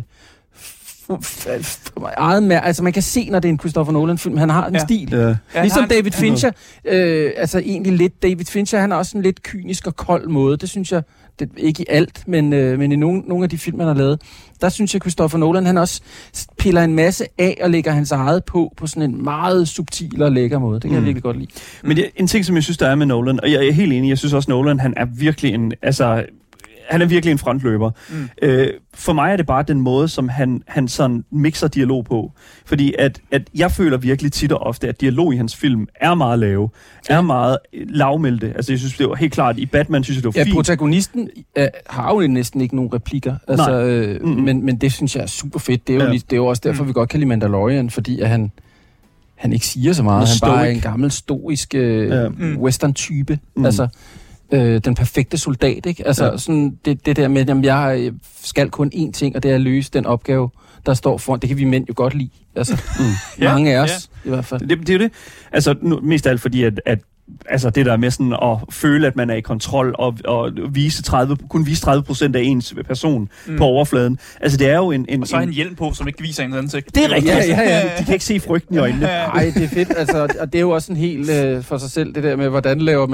f- f- f- eget mær- altså man kan se, når det er en Christopher Nolan-film, han har en Ja. stil. Ja. Ja, Ligesom han- David Fincher, øh, altså egentlig lidt, David Fincher, han er også en lidt kynisk og kold måde, det synes jeg, det, ikke i alt, men, øh, men i nogle, nogle af de film, han har lavet, der synes jeg, Christopher Nolan, han også piller en masse af og lægger hans eget på, på sådan en meget subtil og lækker måde, det kan mm. jeg Mm. virkelig godt lide. Men det, en ting, som jeg synes, der er med Nolan, og jeg, jeg er helt enig, jeg synes også, Nolan, han er virkelig en, altså, han er virkelig en frontløber. Mm. Øh, for mig er det bare den måde, som han, han sådan mixer dialog på. Fordi at, at jeg føler virkelig tit og ofte, at dialog i hans film er meget lave, er meget lavmælte. Altså, jeg synes, det var helt klart, i Batman synes jeg, det var Ja, fint. protagonisten øh, har jo næsten ikke nogen replikker, altså, øh, Mm-mm. men, men det synes jeg er super fedt. Det er jo, Ja. lige, det er jo også derfor, Mm. vi godt kan lide Mandalorian, fordi at han, han ikke siger så meget. Og Han bare er stoic. en gammel, stoisk øh, Ja. Mm. western-type. Mm. Altså, øh, den perfekte soldat, ikke? Altså, Ja. sådan det, det der med, at jeg skal kun én ting, og det er at løse den opgave, der står foran. Det kan vi mænd jo godt lide. Altså, Mm. Ja, mange af os, ja. i hvert fald. Det, det er jo det. Altså, nu, mest af alt fordi, at, at altså det der med sådan at føle, at man er i kontrol og, og vise tredive, kun vise tredive procent af ens person Mm. mm. på overfladen. Altså, det er jo en... en Og så har han en, hjelm på, som ikke viser ens ansigt. det er rigtigt. Ja, ja, ja. De kan ikke se frygten i øjnene. Nej, det er fedt. Altså, og det er jo også en helt øh, for sig selv, det der med, hvordan laver man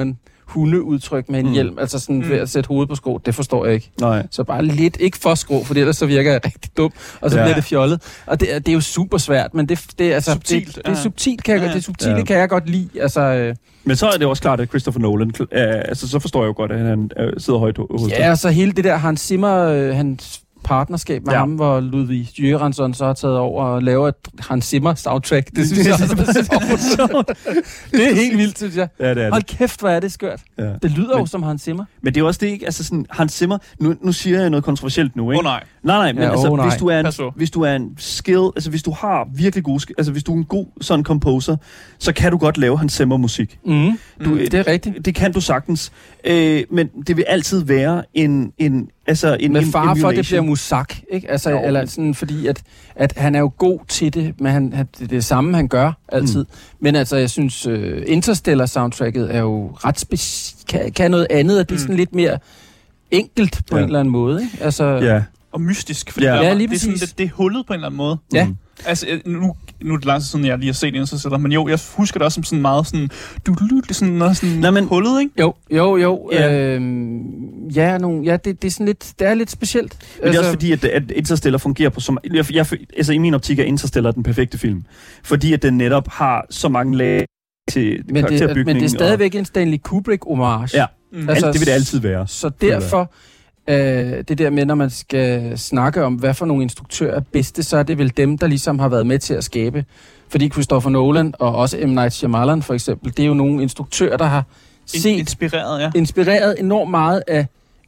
hundeudtryk med en Mm. hjelm, altså sådan Mm. ved at sætte hovedet på skrå, det forstår jeg ikke. Nej. Så bare lidt, ikke for skrå, for ellers så virker jeg rigtig dum, og så Ja. ja. bliver det fjollet. Og det, er- det er jo super svært, men det, det, er altså, Subtilt, det, det er ja. subtilt, kan jeg, Ja. ja. det subtile Ja. kan jeg godt lide. Altså, øh, Men så er det også klart, at Christopher Nolan, øh, altså så forstår jeg jo godt, at han øh, sidder højt hos ja, og så hele det der Hans Zimmer, øh, hans partnerskab med Ja. ja. ham, hvor Ludwig Göransson så har taget over og laver et Hans Zimmer soundtrack. Det synes jeg også er sjovt. Det er helt vildt, synes jeg. Ja, det er Hold det. kæft, hvor er det skørt. Ja. Det lyder Men- jo som Hans Zimmer. Men det er også det, ikke? Altså sådan, Hans Zimmer, nu, nu siger jeg noget kontroversielt nu, Åh ikke? oh, nej. Nej, nej, men Ja, altså, åh, nej. hvis du er en, Pas på. hvis du er en skill, altså hvis du har virkelig gode, sk- altså hvis du er en god sådan composer, så kan du godt lave Hans Zimmer musik. Mm. Du, Mm, det er rigtigt. Det kan du sagtens. Øh, men det vil altid være en, en altså en Med em- far for, at det emulation. bliver musak, ikke? Altså, Jo. eller sådan, fordi at, at han er jo god til det, men han, han, det er det samme, han gør altid. Mm. Men altså, jeg synes, uh, Interstellar-soundtracket er jo ret speci- kan, kan noget andet, og det er sådan Mm. lidt mere enkelt på Ja. en eller anden måde, ikke? Altså, Ja. Og mystisk, fordi Ja. der, Ja, er- lige det, er sådan, præcis. det, det er hullet på en eller anden måde. Ja. Mm. Altså, øh, nu, nu er det lang tid siden, jeg lige har set Interstellar, men jo, jeg husker det også som sådan meget sådan, du, du, det er sådan noget sådan Nej, men- hullet, ikke? Jo, jo, jo. Ja. Ja, øhm, ja, nogle, ja det, det er sådan lidt, det er lidt specielt. Men det er også fordi, at, at Interstellar fungerer på så meget. Jeg, jeg, altså i min optik er Interstellar den perfekte film. Fordi at den netop har så mange lag til men, det, karakterbygning. men det er stadigvæk en Stanley Kubrick-homage. Ja. Mm. Altså, Alt, det vil det altid være. Så derfor, øh, det der med, når man skal snakke om, hvad for nogle instruktører er bedste, så er det vel dem, der ligesom har været med til at skabe. Fordi Christopher Nolan og også M. Night Shyamalan for eksempel, det er jo nogle instruktører, der har set, Inspireret, ja. inspireret enormt meget af,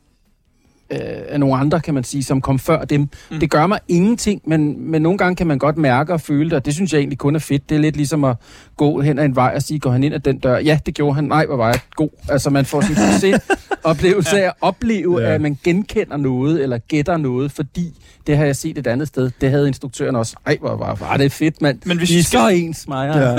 øh, af nogle andre, kan man sige, som kom før dem. Mm. Det gør mig ingenting, men, men nogle gange kan man godt mærke og føle det, og det synes jeg egentlig kun er fedt. Det er lidt ligesom at gå hen ad en vej og sige, går han ind ad den dør? Ja, det gjorde han. Nej, hvor var jeg god. Altså, man får sådan en succes oplevelse af at opleve, Ja. at man genkender noget, eller gætter noget, fordi det har jeg set et andet sted. Det havde instruktøren også. Ej, hvor var, var det fedt, mand. Men hvis Vi vi er skal- så ens, mig. Ja.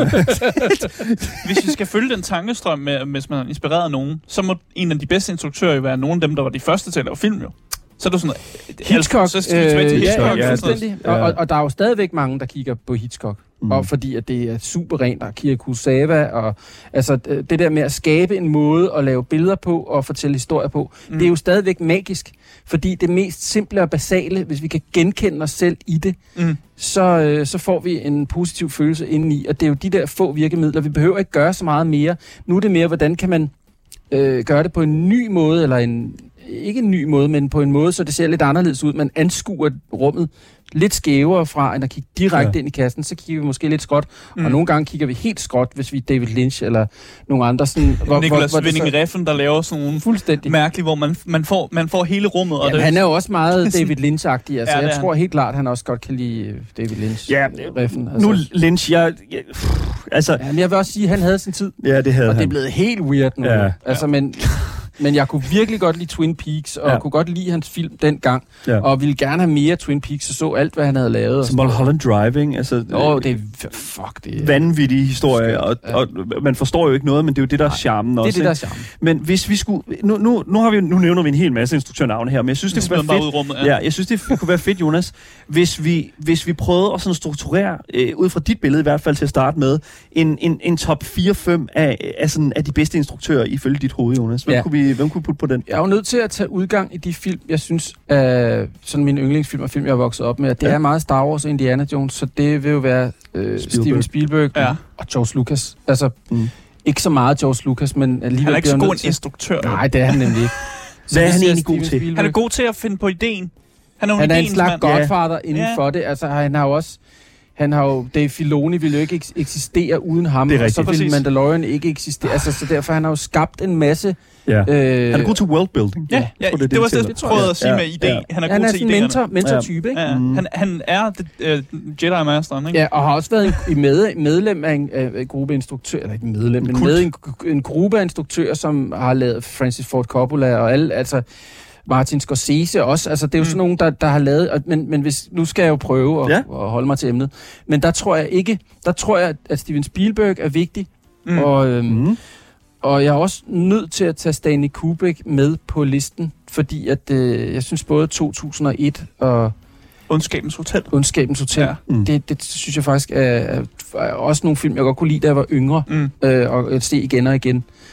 Hvis vi skal følge den tankestrøm, med, hvis man er inspireret af nogen, så må en af de bedste instruktører jo være nogle af dem, der var de første til at lave film, jo. Så er det sådan noget... Hitchcock. Så skal vi tilbage til øh, Hitchcock. Ja, ja, ja, fuldstændig. ja. Og, og, og der er jo stadigvæk mange, der kigger på Hitchcock. Mm. Og fordi at det er super rent, og Akira Kurosawa, og altså det der med at skabe en måde at lave billeder på og fortælle historier på, mm. det er jo stadigvæk magisk. Fordi det mest simple og basale, hvis vi kan genkende os selv i det, Mm. så, øh, så får vi en positiv følelse indeni. Og det er jo de der få virkemidler. Vi behøver ikke gøre så meget mere. Nu er det mere, hvordan kan man øh, gøre det på en ny måde, eller en ikke en ny måde, men på en måde, så det ser lidt anderledes ud. Man anskuer rummet lidt skævere fra, end at kigge direkte ja. ind i kassen. Så kigger vi måske lidt skråt, mm. og nogle gange kigger vi helt skråt, hvis vi er David Lynch eller nogle andre. Sådan, hvor, Nicolas hvor, hvor Winding så, Refn, der laver sådan nogle fuldstændig. mærkelige, hvor man, man, får, man får hele rummet. Og Jamen, det, han er jo også meget David Lynch-agtig. Altså, Ja, ja, det er jeg han. tror helt klart, han også godt kan lide David Lynch. Ja, Refn, altså. Nu Lynch, jeg... jeg pff, altså, Ja, men jeg vil også sige, at han havde sin tid, ja, det havde og det er han. blevet helt weird nu. Ja. Altså, men... Men jeg kunne virkelig godt lide Twin Peaks, og Ja. ja. kunne godt lide hans film dengang, Ja. og ville gerne have mere Twin Peaks, og så alt, hvad han havde lavet. og Som Mulholland Driving, altså... Åh, oh, det er... Fuck, det er... vanvittige historie, og, Ja. og man forstår jo ikke noget, men det er jo det, der er charmen Det er også. det, der er ikke? charmen. Men hvis vi skulle... Nu, nu, nu, har vi, nu nævner vi en hel masse instruktørnavne her, men jeg synes, det, det kunne smider være bare fedt... ud i rummet. Ja. ja, jeg synes, det kunne være fedt, Jonas, hvis vi, hvis vi prøvede at sådan strukturere, øh, ud fra dit billede i hvert fald til at starte med, en, en, en top fire fem af, af, sådan, af de bedste instruktører ifølge dit hoved, Jonas. Hvem, Ja. kunne vi, hvem kunne vi putte på den? Jeg er jo nødt til at tage udgang i de film, jeg synes, er sådan mine yndlingsfilm og film, jeg har vokset op med. Det Ja. er meget Star Wars og Indiana Jones, så det vil jo være øh, Spielberg. Steven Spielberg Ja. og George Lucas. Altså, Mm. ikke så meget George Lucas, men alligevel Han er ikke bliver så jeg god nødt en til- instruktør. Nej, det er han nemlig ikke. Hvad er vi han siger egentlig god Steven til? Spielberg. Han er god til at finde på ideen. Han er jo Han er en ideens slags mand. godfather inden Ja. for det. Altså, han har jo også... Han har jo... Dave Filoni ville jo ikke eks- eksistere uden ham. Det er og så rigtigt. ville Præcis. Mandalorian ikke eksistere. Altså, så derfor han har jo skabt en masse... Ja. Øh, Han er god til worldbuilding. Ja, ja, Jeg tror, det, det, det, var det, det, det, jeg det, prøvede at sige Ja, med idé. ja. Han er han god er til sådan en idéerne. mentor, mentor-type, ikke? Ja, Mm. han, han er uh, Jedi-masteren, ikke? Ja, og har også været en, i med, medlem af en, af en gruppe instruktører, eller ikke medlem, men kult. med i en, en gruppe af instruktører, som har lavet Francis Ford Coppola og alle, altså Martin Scorsese også. Altså, det er jo Mm. sådan nogen, der, der har lavet... Og, men, men hvis, nu skal jeg jo prøve at, Ja. at holde mig til emnet. Men der tror jeg ikke... Der tror jeg, at Steven Spielberg er vigtig. Mm. Og, øhm, Mm. og jeg er også nødt til at tage Stanley Kubrick med på listen, fordi at, øh, jeg synes både to tusind og et og Ondskabens Hotel. Ondskabens Hotel, Ja. ja. Mm. det, det synes jeg faktisk er, er, er også nogle film, jeg godt kunne lide, da jeg var yngre, Mm. øh, og at se igen og igen.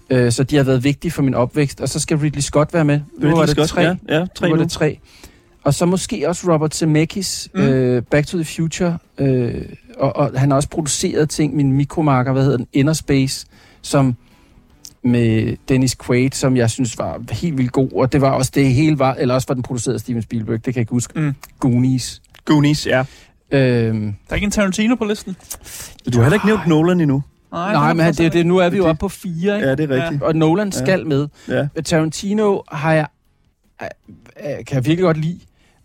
Øh, så de har været vigtige for min opvækst. Og så skal Ridley Scott være med. Nu Ridley var det Scott, tre. ja, ja, tre nu var nu. det tre. Og så måske også Robert Zemeckis, mm. øh, Back to the Future. Øh, og, og han har også produceret ting, min mikromarker, hvad hedder den, Inner Space, som med Dennis Quaid, som jeg synes var helt vildt god. Og det var også det hele var, eller også var den produceret af Steven Spielberg, det kan jeg ikke huske. Mm. Goonies. Goonies, ja. Øhm, Der er ikke en Tarantino på listen? Du har heller ikke nævnt Nolan endnu. Nej, nej, men det, det, nu er vi jo det, oppe på fire, ikke? Ja, det er rigtigt. Og Nolan skal ja. med. Ja. Tarantino har jeg, kan jeg virkelig godt lide.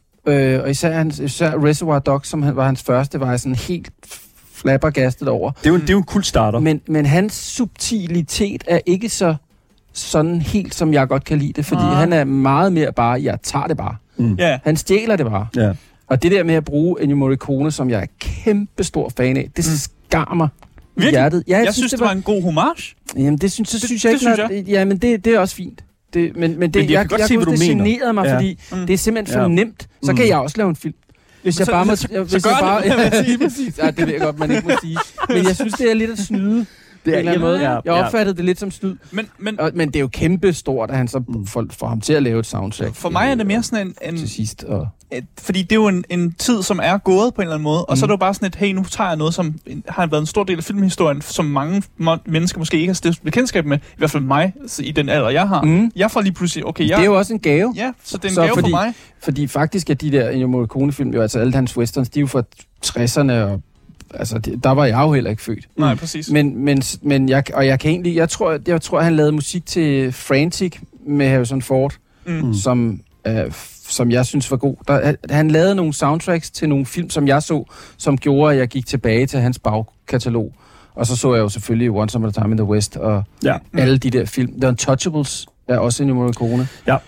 Øh, og især, hans, især Reservoir Dogs, som han, var hans første, var jeg sådan helt flabbergastet over. Det er jo, det er jo en kult starter. Men, men hans subtilitet er ikke så sådan helt, som jeg godt kan lide det, fordi ah. han er meget mere bare, jeg tager det bare. Mm. Yeah. Han stjæler det bare. Ja. Og det der med at bruge Ennio Morricone, som jeg er kæmpe stor fan af, det mm. skar mig i hjertet. Ja, jeg, jeg synes, synes det var, det var en god homage. Jamen, det synes, så det, synes jeg det, ikke. det synes jeg. Ja, men det, det er også fint. Det, men, men, det, men jeg, jeg kan godt jeg, se, jeg hvad du det mener. generede mig, ja. fordi mm. det er simpelthen for ja. nemt. Så kan mm. jeg også lave en film. Hvis jeg så, bare må... så, Jeg, så hvis gør jeg bare, det, ja, lige præcis. Ja, det ved jeg godt, man ikke må sige. Men jeg synes, det er lidt at snyde. Det er, en eller anden måde. Ja, jeg opfattede ja. det lidt som snyd. Men, men, og, men det er jo kæmpe stort, at han så mm. får, får ham til at lave et soundtrack. For mig er det mere sådan en... en til sidst. Og et, fordi det er jo en, en tid, som er gået på en eller anden måde. Og mm. så er det jo bare sådan et, hey, nu tager jeg noget, som har været en stor del af filmhistorien, som mange må- mennesker måske ikke har stiftet bekendtskab med. I hvert fald mig, i den alder, jeg har. Mm. Jeg får lige pludselig... Okay, jeg, det er jo også en gave. Ja, så det er en så gave fordi, for mig. Fordi faktisk er de der Ennio Morricone-film, jo altså alle hans westerns, de er jo fra tresserne, og altså, det, der var jeg jo heller ikke født. Nej, præcis. Men, men, men jeg, og jeg kan egentlig, jeg tror, jeg tror, han lavede musik til Frantic med Harrison Ford, mm. som, øh, som jeg synes var god. Der, han lavede nogle soundtracks til nogle film, som jeg så, som gjorde, at jeg gik tilbage til hans bagkatalog. Og så så jeg jo selvfølgelig Once Upon a Time in the West, og ja. mm. alle de der film. The Untouchables er også Ennio Morricone. Ja.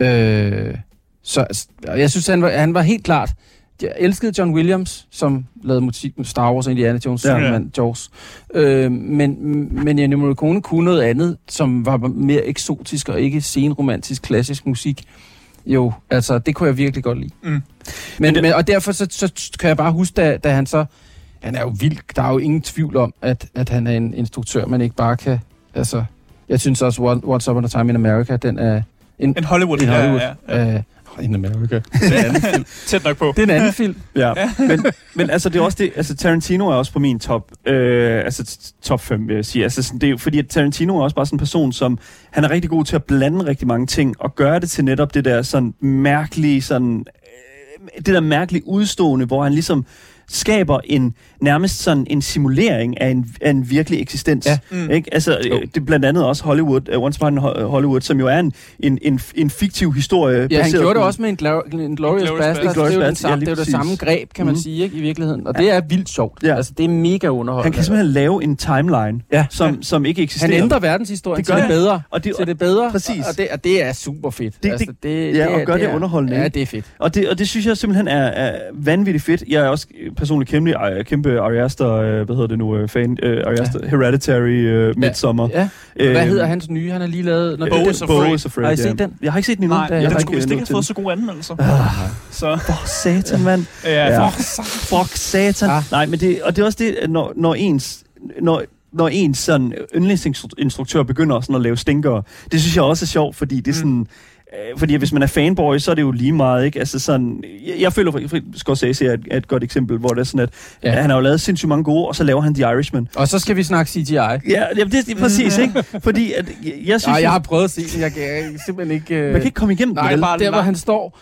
Øh, så jeg synes, han var, han var helt klart. Jeg elskede John Williams, som lavede musik med Star Wars og Indiana Jones, ja. Superman, Jaws. Øh, men, men Ennio Morricone kunne noget andet, som var mere eksotisk og ikke senromantisk, klassisk musik. Jo, altså, det kunne jeg virkelig godt lide. Mm. Men, men, det... men, og derfor så, så kan jeg bare huske, da, da han så... Han er jo vild. Der er jo ingen tvivl om, at, at han er en instruktør, man ikke bare kan... Altså, jeg synes også, Once Upon a Time in America, den er... En, en Hollywood. En Hollywood. Ja, ja, ja. Uh, In America. Det er en anden film. Tæt nok på. Det er en anden film. Ja, men, men altså det er også det, altså Tarantino er også på min top, øh, altså top fem, vil jeg sige. Altså sådan, det er jo fordi, at Tarantino er også bare sådan en person, som, han er rigtig god til at blande rigtig mange ting, og gøre det til netop det der sådan mærkelige, sådan, øh, det der mærkelige udstående, hvor han ligesom skaber en nærmest sådan en simulering af en, af en virkelig eksistens. Ja. Mm. Ikke? Altså, oh. det er blandt andet også Hollywood, uh, Once Upon a Hollywood, som jo er en, en, en, en fiktiv historie. Ja, han gjorde det også med en, gla- en Glorious Bastard. Det er jo det samme, ja, det, er det samme greb, kan man mm. sige, ikke, i virkeligheden. Og ja. det er vildt sjovt. Ja. Altså, det er mega underholdende. Han kan simpelthen lave en timeline, ja. som, ja. som ikke eksisterer. Han ændrer verdenshistorien det til det bedre. Og det, til det bedre. Præcis. Og det, og det er super fedt. Det, altså, det, ja, det, og gør det, det er, underholdende. Ja, det er fedt. Og det, og det synes jeg simpelthen er, er vanvittigt fedt. Jeg er også personligt kæmpe, kæmpe Ari Aster, hvad hedder det nu, fan, uh, Ari Aster, ja. Hereditary, uh, Midsommar. Ja. ja. Hvad hedder hans nye? Han har lige lavet... Bo is Afraid. Har I set den? Jeg har ikke set den endnu. Nej, jeg, jeg skulle vist ikke have fået så gode anmeldelser. Ah, så. For satan, mand. ja, ja. Fuck, fuck satan. Ah. Nej, men det, og det er også det, når, når ens... Når, når ens sådan yndlingsinstruktør begynder sådan at lave stinkere. Det synes jeg også er sjovt, fordi det er sådan... Mm. Fordi hvis man er fanboy, så er det jo lige meget, ikke? Altså sådan, jeg, jeg føler, at Scorsese er et, er et godt eksempel, hvor det er sådan, at ja. han har jo lavet sindssygt mange gode, og så laver han The Irishman. Og så skal vi snakke C G I. Ja, det, det er præcis, ikke? Fordi at, jeg, jeg synes... Nej, jeg har prøvet at se den, jeg kan simpelthen ikke... Uh... Man kan ikke komme igennem Nej, det. Nej, der hvor han står...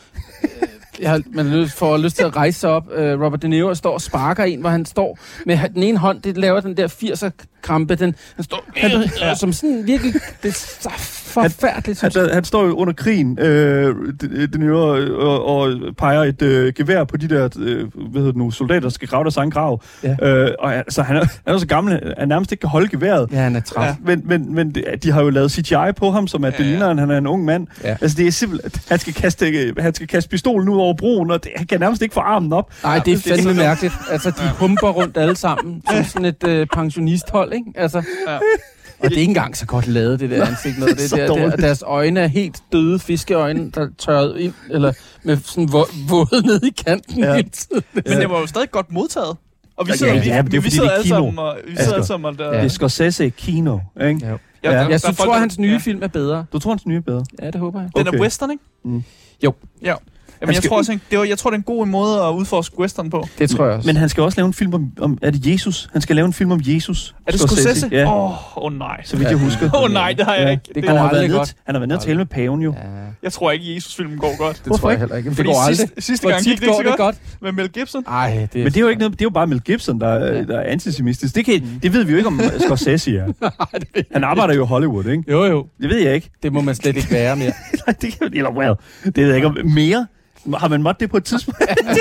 Jeg har, man får lyst til at rejse sig op. Uh, Robert De Niro står og sparker en, hvor han står med den ene hånd, det laver den der firser-krampe. Den, han står han, ja. som sådan virkelig... Det er så forfærdeligt. Han, han, han står jo under krigen, øh, De, De Niro, og, og peger et øh, gevær på de der øh, hvad hedder det nu, soldater, der skal grave deres egen grav. Ja. Øh, og altså, han, er, han er så gammel, at han nærmest ikke kan holde geværet. Ja, han er træt. Ja. Men, men, men de har jo lavet C G I på ham, som at ja, det ligner, ja. han er en ung mand. Ja. Altså, det er simpelthen... Han skal kaste, han skal kaste pistolen ud over broen, og det, han kan nærmest ikke få armen op. Nej, det er fandme det er mærkeligt. Altså, de humper rundt alle sammen, som sådan et øh, pensionisthold, ikke? Altså... Ja. Og det er ikke engang så godt lavet, det der ansigt. Noget. Det der, der, deres øjne er helt døde fiskeøjne, der tørret ind, eller med sådan våde ned i kanten ja. hele tiden. Men det var jo stadig godt modtaget. Og vi ja, sidder, ja, ja, vi, vi, vi sidder alle sammen, og vi sidder alle sammen og der... Ja. Det er Scorsese kino, ikke? Ja. Jeg, Ja. der, Jeg der er tror, folk, at hans nye ja. film er bedre. Du tror, hans nye er bedre? Ja, det håber jeg. Den Okay. er western, ikke? Mm. Jo. Ja. Jamen, jeg, skal- tror også, det var, jeg tror, det er en god måde at udforske western på. Det tror jeg også. Men han skal også lave en film om, om... Er det Jesus? Han skal lave en film om Jesus. Er det Scorsese? Ja, Åh, oh, oh, nej. så vidt jeg Ja. husker. Åh oh, nej, det har jeg Ja. ikke. Det Det, går Han har, aldrig været nede, godt. han har været nede og tale med paven jo. Ja, jeg tror ikke, at Jesus-filmen går godt. det Hvorfor tror jeg ikke? heller ikke. Men det Fordi går aldrig. sidste, sidste Hvor gang gik tit det ikke går så det godt, godt? med Mel Gibson. Ej, det er... Men det er jo ikke noget, det er jo bare Mel Gibson, der, er- der er antisemitisk. Det, kan, det ved vi jo ikke om Scorsese er. Han arbejder jo i Hollywood, ikke? Jo, jo. Det ved jeg ikke. Det må man slet ikke være mere. Nej, det kan eller well, det ved jeg ikke om mere. Har man måttet det på et tidspunkt?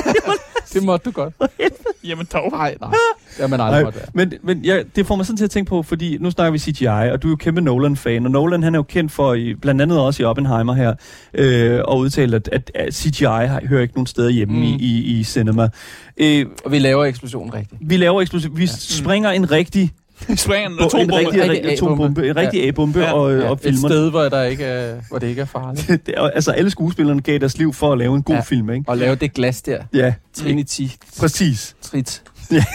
Det måtte du godt. Jamen dog. Nej, nej. Det har man aldrig måtte være. men men ja, det får mig sådan til at tænke på, fordi nu snakker vi C G I, og du er jo kæmpe Nolan-fan, og Nolan han er jo kendt for, i, blandt andet også i Oppenheimer her, øh, og udtale, at, at, at C G I har, hører ikke nogen steder hjemme mm. i, i, i cinema. Øh, Og vi laver eksplosionen rigtigt. vi laver eksplosiv, vi ja. springer en rigtig, Springer en bo, en atombombe. rigtig, Rigtig rigtig atombombe, en rigtig A-bombe, Ja. og, Ja, og et filmer sted, hvor, der ikke er, hvor det ikke er farligt. det. er- Altså alle skuespillerne gav deres liv for at lave en god Ja. film, ikke? Og lave det glas der. Ja, Trinity. præcis. Trit.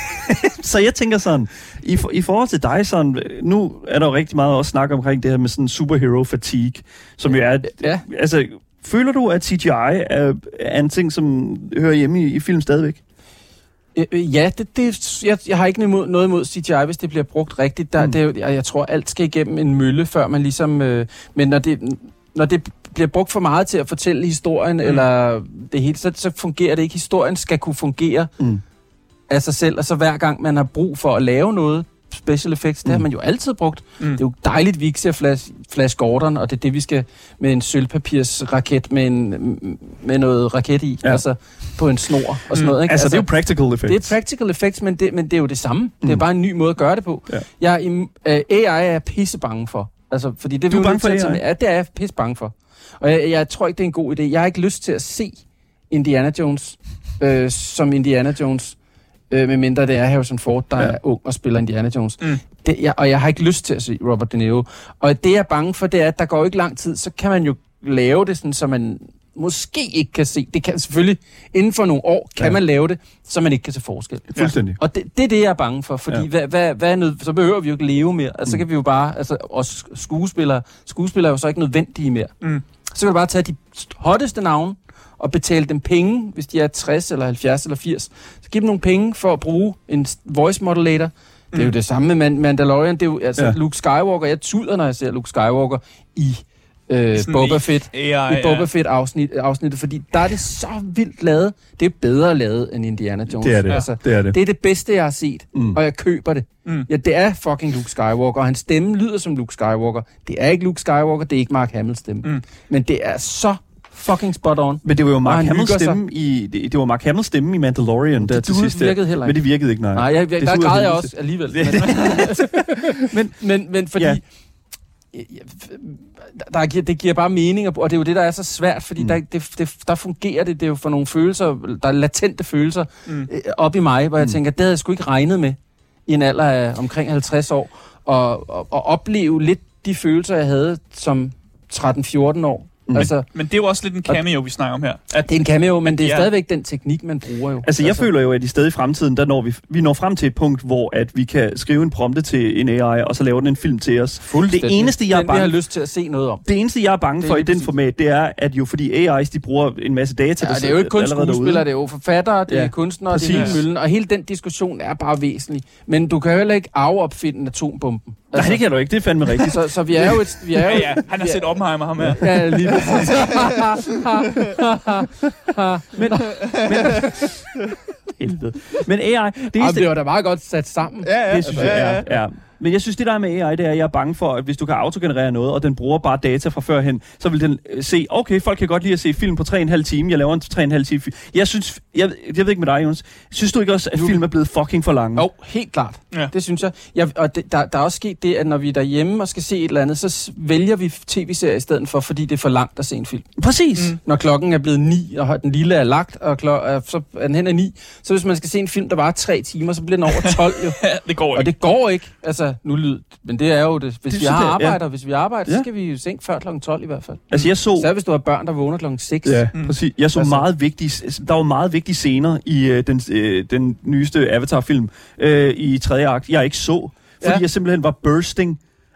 Så jeg tænker sådan, i, for, i forhold til dig sådan, nu er der jo rigtig meget også snak omkring det her med sådan superhero fatigue, som jo er, Ja. altså, føler du, at C G I er, er en ting, som hører hjemme i, i film stadigvæk? Øh, øh, Ja, det, det, jeg, jeg har ikke imod, noget imod C G I, hvis det bliver brugt rigtigt. Der, Mm. mm. det er jo, jeg, jeg tror, alt skal igennem en mølle, før man ligesom... Øh, men når det, når det bliver brugt for meget til at fortælle historien, mm. eller det hele, så, så fungerer det ikke. Historien skal kunne fungere Mm. af sig selv, og så hver gang man har brug for at lave noget, special effects, det Mm. har man jo altid brugt. Mm. Det er jo dejligt, at vi ikke ser Flash, Flash Gordon, og det er det, vi skal med en sølvpapirsraket med, en, med noget raket i, Ja. ja. altså på en snor og sådan Mm. noget. Ikke? Altså, det er jo practical effects. Det er practical effects, men det, men det er jo det samme. Mm. Det er Mm. bare en ny måde at gøre det på. Ja. Jeg er, im- øh, A I er jeg pisse bange for. Altså, fordi det Du er vi jo bange nødt for til at A I? tage- Ja, det er jeg pisse bange for. Og jeg, jeg tror ikke, det er en god idé. Jeg har ikke lyst til at se Indiana Jones øh, som Indiana Jones, øh, medmindre det er Harrison Ford, der Ja. ja. er ung og spiller Indiana Jones. Mm. Det, jeg, og jeg har ikke lyst til at se Robert De Niro. Og det jeg er bange for, det er, at der går ikke lang tid, så kan man jo lave det sådan, så man måske ikke kan se. Det kan selvfølgelig, inden for nogle år, kan Ja. ja. man lave det, så man ikke kan se forskel. Fuldstændig. Og det, det er det, jeg er bange for, fordi Ja. ja. hvad, hvad, hvad er nød, så behøver vi jo ikke leve mere. Altså, så Mm. kan vi jo bare, altså, også skuespillere, skuespillere er jo så ikke nødvendige mere. Mm. Så kan du bare tage de hotteste navne, og betale dem penge, hvis de er tres eller halvfjerds eller firs. Så giv dem nogle penge for at bruge en voice modulator. Det er jo Mm. det samme med Man- Mandalorian. Det er jo, altså, Ja. ja. Luke Skywalker. Jeg tuder, når jeg ser Luke Skywalker i øh, Sådan Boba i Fett. A I, I ja. Boba Fett afsnit, afsnittet, fordi der er det så vildt lavet. Det er bedre lavet end Indiana Jones. Det er det. Altså, Det er det. det er det bedste, jeg har set, Mm. mm. og jeg køber det. Mm. Ja, det er fucking Luke Skywalker, og hans stemme lyder som Luke Skywalker. Det er ikke Luke Skywalker, det er ikke Mark Hamills stemme. Mm. Men det er så fucking spot on. Men det var jo Mark Og han Hamills hygger sig. stemme i det, det var Mark Hamills stemme i Mandalorian der Det til du sidst. der. virkede heller Men ikke. det virkede ikke, nej. Nej, jeg, jeg, Det der er ud af græd jeg helvede. også alligevel. Det- Men, men, men, men fordi... Ja. Ja. Der, der, det giver bare mening, og det er jo det, der er så svært, fordi Mm. mm. der, det, det, der fungerer det, det er jo for nogle følelser, der er latente følelser Mm. øh, op i mig, hvor jeg Mm. tænker, det havde jeg sgu ikke regnet med i en alder af omkring halvtreds år, og, og, og opleve lidt de følelser, jeg havde som tretten fjorten år. Mm. Mm. Altså, Men det er jo også lidt en cameo, vi snakker om her. At det er en cameo, men det er Ja. stadigvæk den teknik, man bruger jo. Altså, jeg altså, føler jo, at i stedet i fremtiden, der når vi, vi når frem til et punkt, hvor at vi kan skrive en prompte til en A I, og så laver den en film til os. Det eneste, jeg er den, vi har bange, lyst til at se noget om. det eneste, jeg er bange Det er for i lige den præcis. format, det er, at jo fordi A I's, de bruger en masse data, Ja, der det er jo ikke kun allerede skuespillere, derude. det er jo forfattere, det Ja, er kunstnere, det er præcis. hele møllen, og hele den diskussion er bare væsentlig. Men du kan jo heller ikke afopfinde en atombomben. Nej, det kan du ikke. Det er fandme rigtigt. Så, så vi er jo et... Vi er ja, jo, ja, han har set Oppenheimer, ham her. Ja, lige præcis. Men, men, helvede. Men A I, det Jamen, eneste, det var da meget godt sat sammen. Ja, ja. det synes jeg er, ja. Men jeg synes, det der er med A I, det er, at jeg er bange for, at hvis du kan autogenerere noget, og den bruger bare data fra førhen, så vil den øh, se, okay, folk kan godt lide at se film på tre og en halv time, jeg laver en tre og en halv time film. Jeg synes, jeg, jeg ved ikke med dig, Jonas, synes du ikke også, at film er blevet fucking for lange? Jo, helt klart. Ja. Det synes jeg. jeg og det, der, der er også sket det, at når vi er derhjemme og skal se et eller andet, så s- vælger vi tv-serier i stedet for, fordi det er for langt at se en film. Præcis. Mm. Når klokken er blevet ni, og den lille er lagt, og klok- øh, så er den hen er ni, så hvis man skal se en film, der var tre timer, så bliver den over tolv jo. Ja, det går Og ikke. det går ikke. Altså, nu lyd. Men det er jo det. Hvis Det det, vi synes har jeg, ja. arbejder, hvis vi arbejder, Ja. så skal vi jo sænke før klokken tolv i hvert fald. Altså, jeg så... Så hvis du har børn, der vågner klokken seks. Ja, Mm. præcis. Jeg så Altså- meget vigtige, der var meget vigtige scener i øh, den, øh, den nyeste Avatar-film øh, i tredje akt, jeg ikke så, fordi Ja. jeg simpelthen var bursting.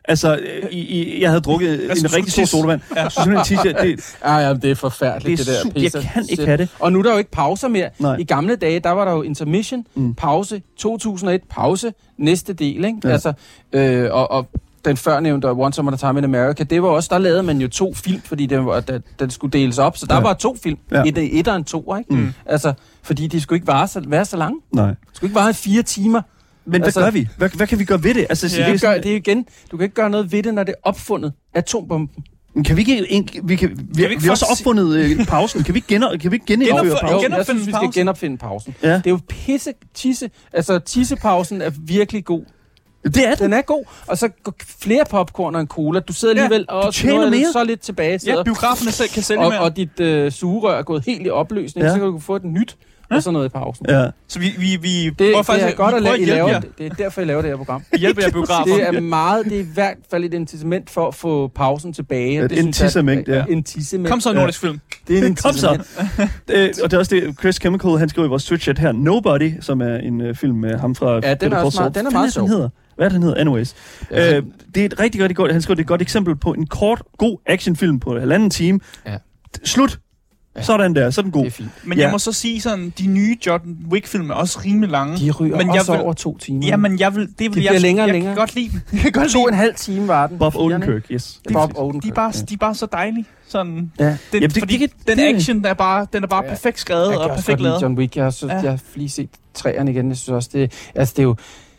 Altså, i, i, jeg havde drukket Altså, en rigtig stor sodavand. Ja. Så simpelthen tisse, det, Ja, ja, det er forfærdeligt, det det, er det der super, jeg pisse. kan ikke have det. Og nu er der jo ikke pauser mere. Nej. I gamle dage, der var der jo intermission, Mm. pause, to tusind og et, pause, næste del, ikke? Ja. Altså, øh, og, og den førnævnte Once Upon a Time in America, det var også, der lavede man jo to film, fordi den, var, den, den skulle deles op, så der Ja. var to film, Ja. et, et og en to, ikke? Mm. Altså, fordi de skulle ikke være så, være så lange. Nej. De skulle ikke være fire timer. Men hvad Altså- gør vi? Hvad, hvad kan vi gøre ved det? Altså, Det, ja. det, det, gør, er det er igen, du kan ikke gøre noget ved det, når det er opfundet atombomben. sådan, kan vi ikke... En, vi, kan, vi, vi, ikke vi har også få- opfundet øh, pausen. Kan vi ikke, gener, kan vi ikke genindføre Genopføre- pausen? Jo, jeg genopfinde synes, vi skal pausen. genopfinde pausen. Ja. Det er jo pisse, tisse. Altså, tissepausen er virkelig god. Det er det. Den er god. Og så går flere popcorn og en cola. Du sidder Ja, alligevel du og tjener nu er du mere. så lidt tilbage. Ja, Sidder, biograferne selv kan sælge og, mere. og dit øh, sugerør er gået helt i opløsning, Ja. ja. så kan du få et nyt og sådan noget i pausen. Ja. Så vi, vi, vi Det, prøver det faktisk, er godt vi at prøver lade, I hjælpe laver, jer. det er derfor, I laver det her program. Vi hjælper jer biografer. Det er meget, det er i hvert fald et incitament for at få pausen tilbage. og Et det synes jeg er- incitament, ja. Incitament. Kom så, nordisk film. Det er en Kom så. incitament. Øh, og det er også det, Chris Chemical, han skriver i vores Twitch-chat her, Nobody, som er en øh, film med ham fra... den er Better Call også Saul. meget- den er Hvad meget fanden sjov. hedder? Hvad er det, den hedder? Anyways. Ja. Øh, det er et rigtig, rigtig godt... Han skriver, det er et godt eksempel på en kort, god actionfilm på halvanden time. Ja. Slut. Ja. Sådan der, så er den god. Det er fint. Men Ja. jeg må så sige sådan, de nye John Wick-film er også rimelig lange. De ryger men også jeg vil, over to timer. Jamen, jeg vil, det vil De jeg, bliver længere og jeg længere. kan godt lide dem. Jeg kan godt To lide og en halv time var den. Bob Firerne, Odenkirk, yes. ikke? Bob De Odenkirk. er bare, ja. de er bare så dejlige. Sådan, Ja. den, Jamen, det- fordi det- den det- action, der er bare, den er bare Ja. perfekt skrevet Jeg og kan også perfekt godt lide lavet. John Wick. Jeg har, så, Ja. jeg har lige set træerne igen. Jeg synes også, det, altså, det er jo...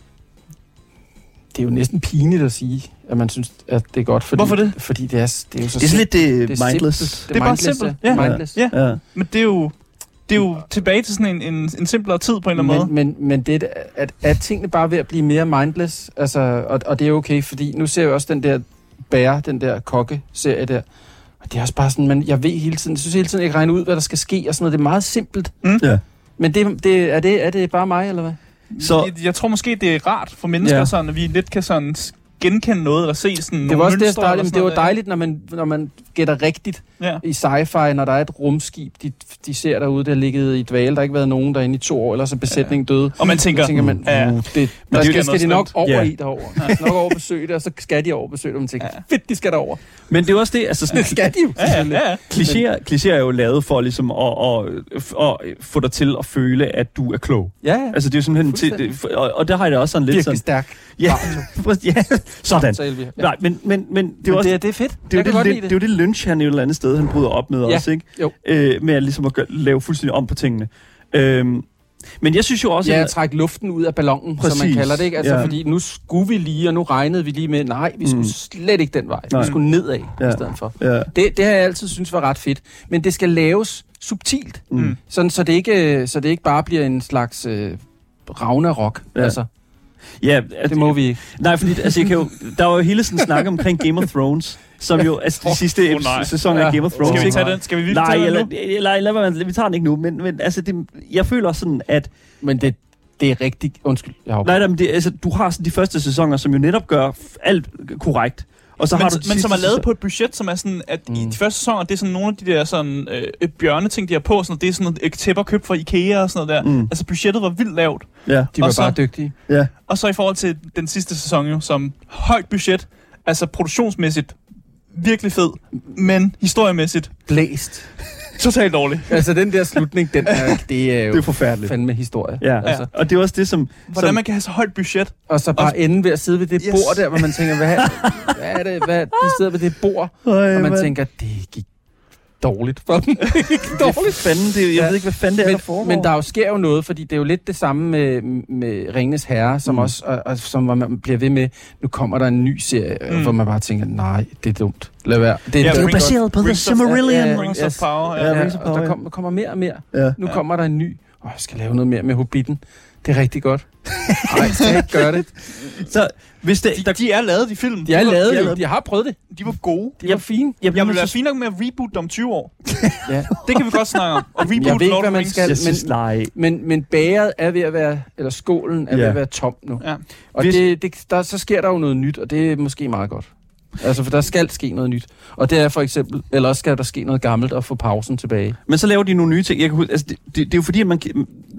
Det er jo næsten pinligt at sige, at man synes, at det er godt. Fordi, Hvorfor det? Fordi det er, det er jo så Det er sådan lidt øh, det er mindless. simpelt. Det er bare mindless, simpelt. Ja. Ja. Mindless. Ja. Ja. Men det er jo, det er jo tilbage til sådan en, en, en simplere tid på en eller anden Men, måde. men, men det er, at, at tingene bare ved at blive mere mindless, altså, og, og det er okay, fordi nu ser jeg også den der Bear, den der kokke-serie der, og det er også bare sådan, man, jeg ved hele tiden, jeg synes hele tiden, jeg kan regne ud, hvad der skal ske, og sådan noget, det er meget simpelt. Ja. Men det, det, er, det, er det bare mig, eller hvad? Så Jeg, jeg tror måske, det er rart for mennesker, Ja. ja. sådan, at vi lidt kan sådan genkende noget, eller se sådan Det nogle var også det, jeg mønstre startede, eller men sådan det var noget der. dejligt, når man, når man gætter rigtigt Ja. i sci-fi, når der er et rumskib, de, de ser derude, der har ligget i dvale, der har ikke været nogen derinde i to år, eller så besætningen døde. Og man tænker, Så tænker man, ja, uh, det, der der sker skal, skal de noget nok slemt. over Ja. i derovre. De skal nok over besøge det, og så skal de over besøge det, og man tænker, Ja. fedt, de skal derover. Men det er jo også det, altså sådan, Det skal de jo. Ja, ja, ja, ja. klichéer, klichéer er jo lavet for ligesom at, at, at få dig til at føle, at du er klog. Ja, ja. Altså det er jo simpelthen til, det, og, og der har jeg det også sådan lidt Virkelig sådan... stærk. Ja, ja, sådan. Samtale, vi har. Ja. Nej, men, men, men det er jo Men også... det, er, det er fedt. Det er, Jeg jo kan det, godt det, lide det er jo det Lynch, han et eller andet sted, han bryder op med Ja, også, ikke? jo. Øh, med at ligesom at gøre, lave fuldstændig om på tingene. Øhm, men jeg synes jo også... Ja, at- trække luften ud af ballonen, Præcis. som man kalder det, ikke? Altså, Ja. fordi nu skulle vi lige, og nu regnede vi lige med, nej, vi skulle Mm. slet ikke den vej. Nej. Vi skulle nedad Ja. i stedet for. ja, Det, det har jeg altid synes var ret fedt. Men det skal laves subtilt, mm. sådan, så, det ikke, så det ikke bare bliver en slags øh, Ragnarok. Ja. Ja. Altså, ja, det må vi ikke. Nej, fordi altså, jeg kan jo, der var jo hele sådan snak omkring Game of Thrones, som jo, altså de sidste Åh, nej. sæsoner af Ja. Game of Thrones. Skal vi ikke? tage den? Skal vi virkelig Nej, tage den eller, nu? eller, eller, eller, vi tager den ikke nu, men, men altså, det, jeg føler også sådan, at Men det, det er rigtigt. Undskyld, jeg har nej, nej, men det, altså, du har sådan de første sæsoner, som jo netop gør f- alt korrekt. Og så Men, har du de men som sidste er lavet sæsoner- på et budget, som er sådan, at mm. i Mm. de første sæsoner, det er sådan nogle af de der sådan, øh, bjørneting, de har på, sådan, det er sådan noget øh, tæpper købt fra Ikea og sådan noget der. Mm. Mm. Altså budgettet var vildt lavt. Ja, De var Og så- bare dygtige. ja. Og så i forhold til den sidste sæson jo, som højt budget, altså produktionsmæssigt virkelig fed, men historiemæssigt Blæst. totalt dårlig. Altså, den der slutning, den er, det er jo Det er forfærdeligt. fandme historie. Ja, Altså. altså. Og det er også det, som... Hvordan som man kan have så højt budget. Og så bare ende ved at sidde ved det Yes. bord der, hvor man tænker, hvad, hvad er det? Hvad, de sidder ved det bord, Øj, og man mand. tænker, det gik dårligt for dem. Det gik dårligt. Fanden, det, jeg Ja. ved ikke, hvad fanden det er, Men, der foregår. men der jo sker jo noget, fordi det er jo lidt det samme med, med Ringenes Herre, som Mm. mm. også, og, og, som man bliver ved med, nu kommer der en ny serie, Mm. mm. hvor man bare tænker, nej, det er dumt. Lad være. Det, Ja, det er jo Rings of- baseret på The Rings of- Silmarillion. Ja, ja, Rings yes. of Power. Ja, Ja. Ja, Rings of og Power, der ja. kommer, kommer mere og mere. Ja. Nu Ja. kommer der en ny. Åh, jeg skal lave noget mere med Hobbiten. Det er rigtig godt. Nej, jeg skal ikke gøre det. Så hvis det... De, de er lavet, de film. De har var- lavet de har det. lavet De har prøvet det. De var gode. De var fine. Jeg, Jeg vil være fint nok med at reboot dem om tyve år. Ja. Det kan vi godt snakke om. Og reboot Jeg ved ikke, Lord hvad of man Rings. skal- jeg synes, nej. Men, men bæret er ved at være, eller skålen er Ja. ved at være tom nu. Ja. Og Hvis- det, det, der, så sker der jo noget nyt, og det er måske meget godt. Altså, for der skal ske noget nyt. Og det er for eksempel, eller også skal der ske noget gammelt og få pausen tilbage. Men så laver de nogle nye ting. Jeg kan huske, altså, det, det, det er jo fordi, at man,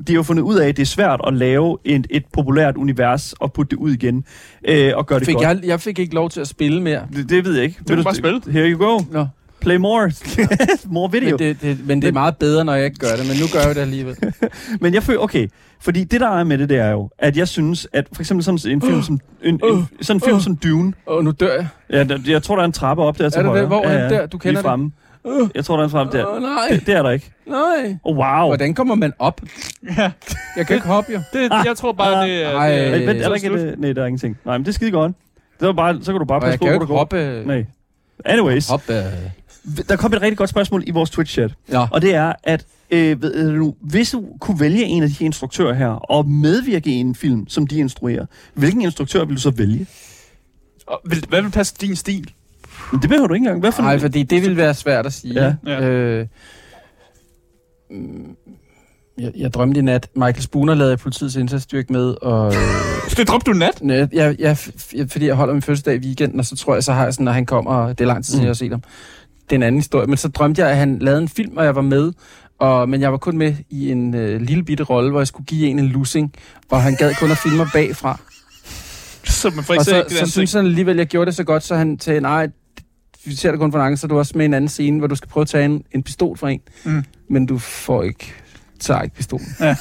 de har jo fundet ud af, at det er svært at lave et, et populært univers og putte det ud igen øh, og gøre det fik godt. Jeg, jeg fik ikke lov til at spille mere. Det, det ved jeg ikke. Du kan bare spille. Here you go. Nå. Play more. more video. Men det, det, men det er meget bedre, når jeg ikke gør det, men nu gør jeg det alligevel. Men jeg føler, okay, fordi det der er med det, det er jo, at jeg synes, at for eksempel sådan en film som, en, en, sådan en film som Dune. Åh, oh, nu dør jeg. Ja, der, jeg tror, der er en trappe op der til højre. Er det højre. det? Hvor er ja, den der? Du kender lige fremme. det? Jeg tror, der er en trappe der. Åh, oh, nej. Det, det er der ikke. Nej. Oh, wow. Hvordan kommer man op? Ja. Jeg kan ikke hoppe, jo. Det, jeg tror bare, det er... Ej. det er- Vent, vent, er der så ikke slut. det? Nej, der er ingenting. Nej, men det er skide godt. Det var bare, så kan du bare Og passe jeg på, kan jo hvor du ikke går. hoppe. Nej. Anyways. Hoppe. Der kom et rigtig godt spørgsmål i vores Twitch-chat. Ja. Og det er, at øh, ved du, hvis du kunne vælge en af de her instruktører her, og medvirke i en film, som de instruerer, hvilken instruktør vil du så vælge? Og vil- Hvad vil passe din stil? Men det behøver du ikke engang. Hvad for Nej, en- fordi det ville være svært at sige. Ja. Ja. Øh, mm, jeg, jeg drømte i nat. Michael Spooner lavede jeg politiets indsatsstyrke med, og... Øh, Det drømte du nat? jeg, jeg, jeg, f- fordi jeg holder min fødselsdag i weekenden, og så tror jeg, så har jeg sådan, når han kommer, og det er lang tid siden, Mm. jeg har set ham. Det er en anden historie. Men så drømte jeg, at han lavede en film, og jeg var med. Og, men jeg var kun med i en øh, lille bitte rolle, hvor jeg skulle give en en lussing, og han gad kun at filme mig bagfra. Så man får ikke Og se så, det så ansigt. synes han alligevel, jeg gjorde det så godt, så han sagde, nej, vi ser det kun for en gang, så er du også med i en anden scene, hvor du skal prøve at tage en, en pistol fra en, Mm. men du får ikke, tager ikke pistolen. Ja.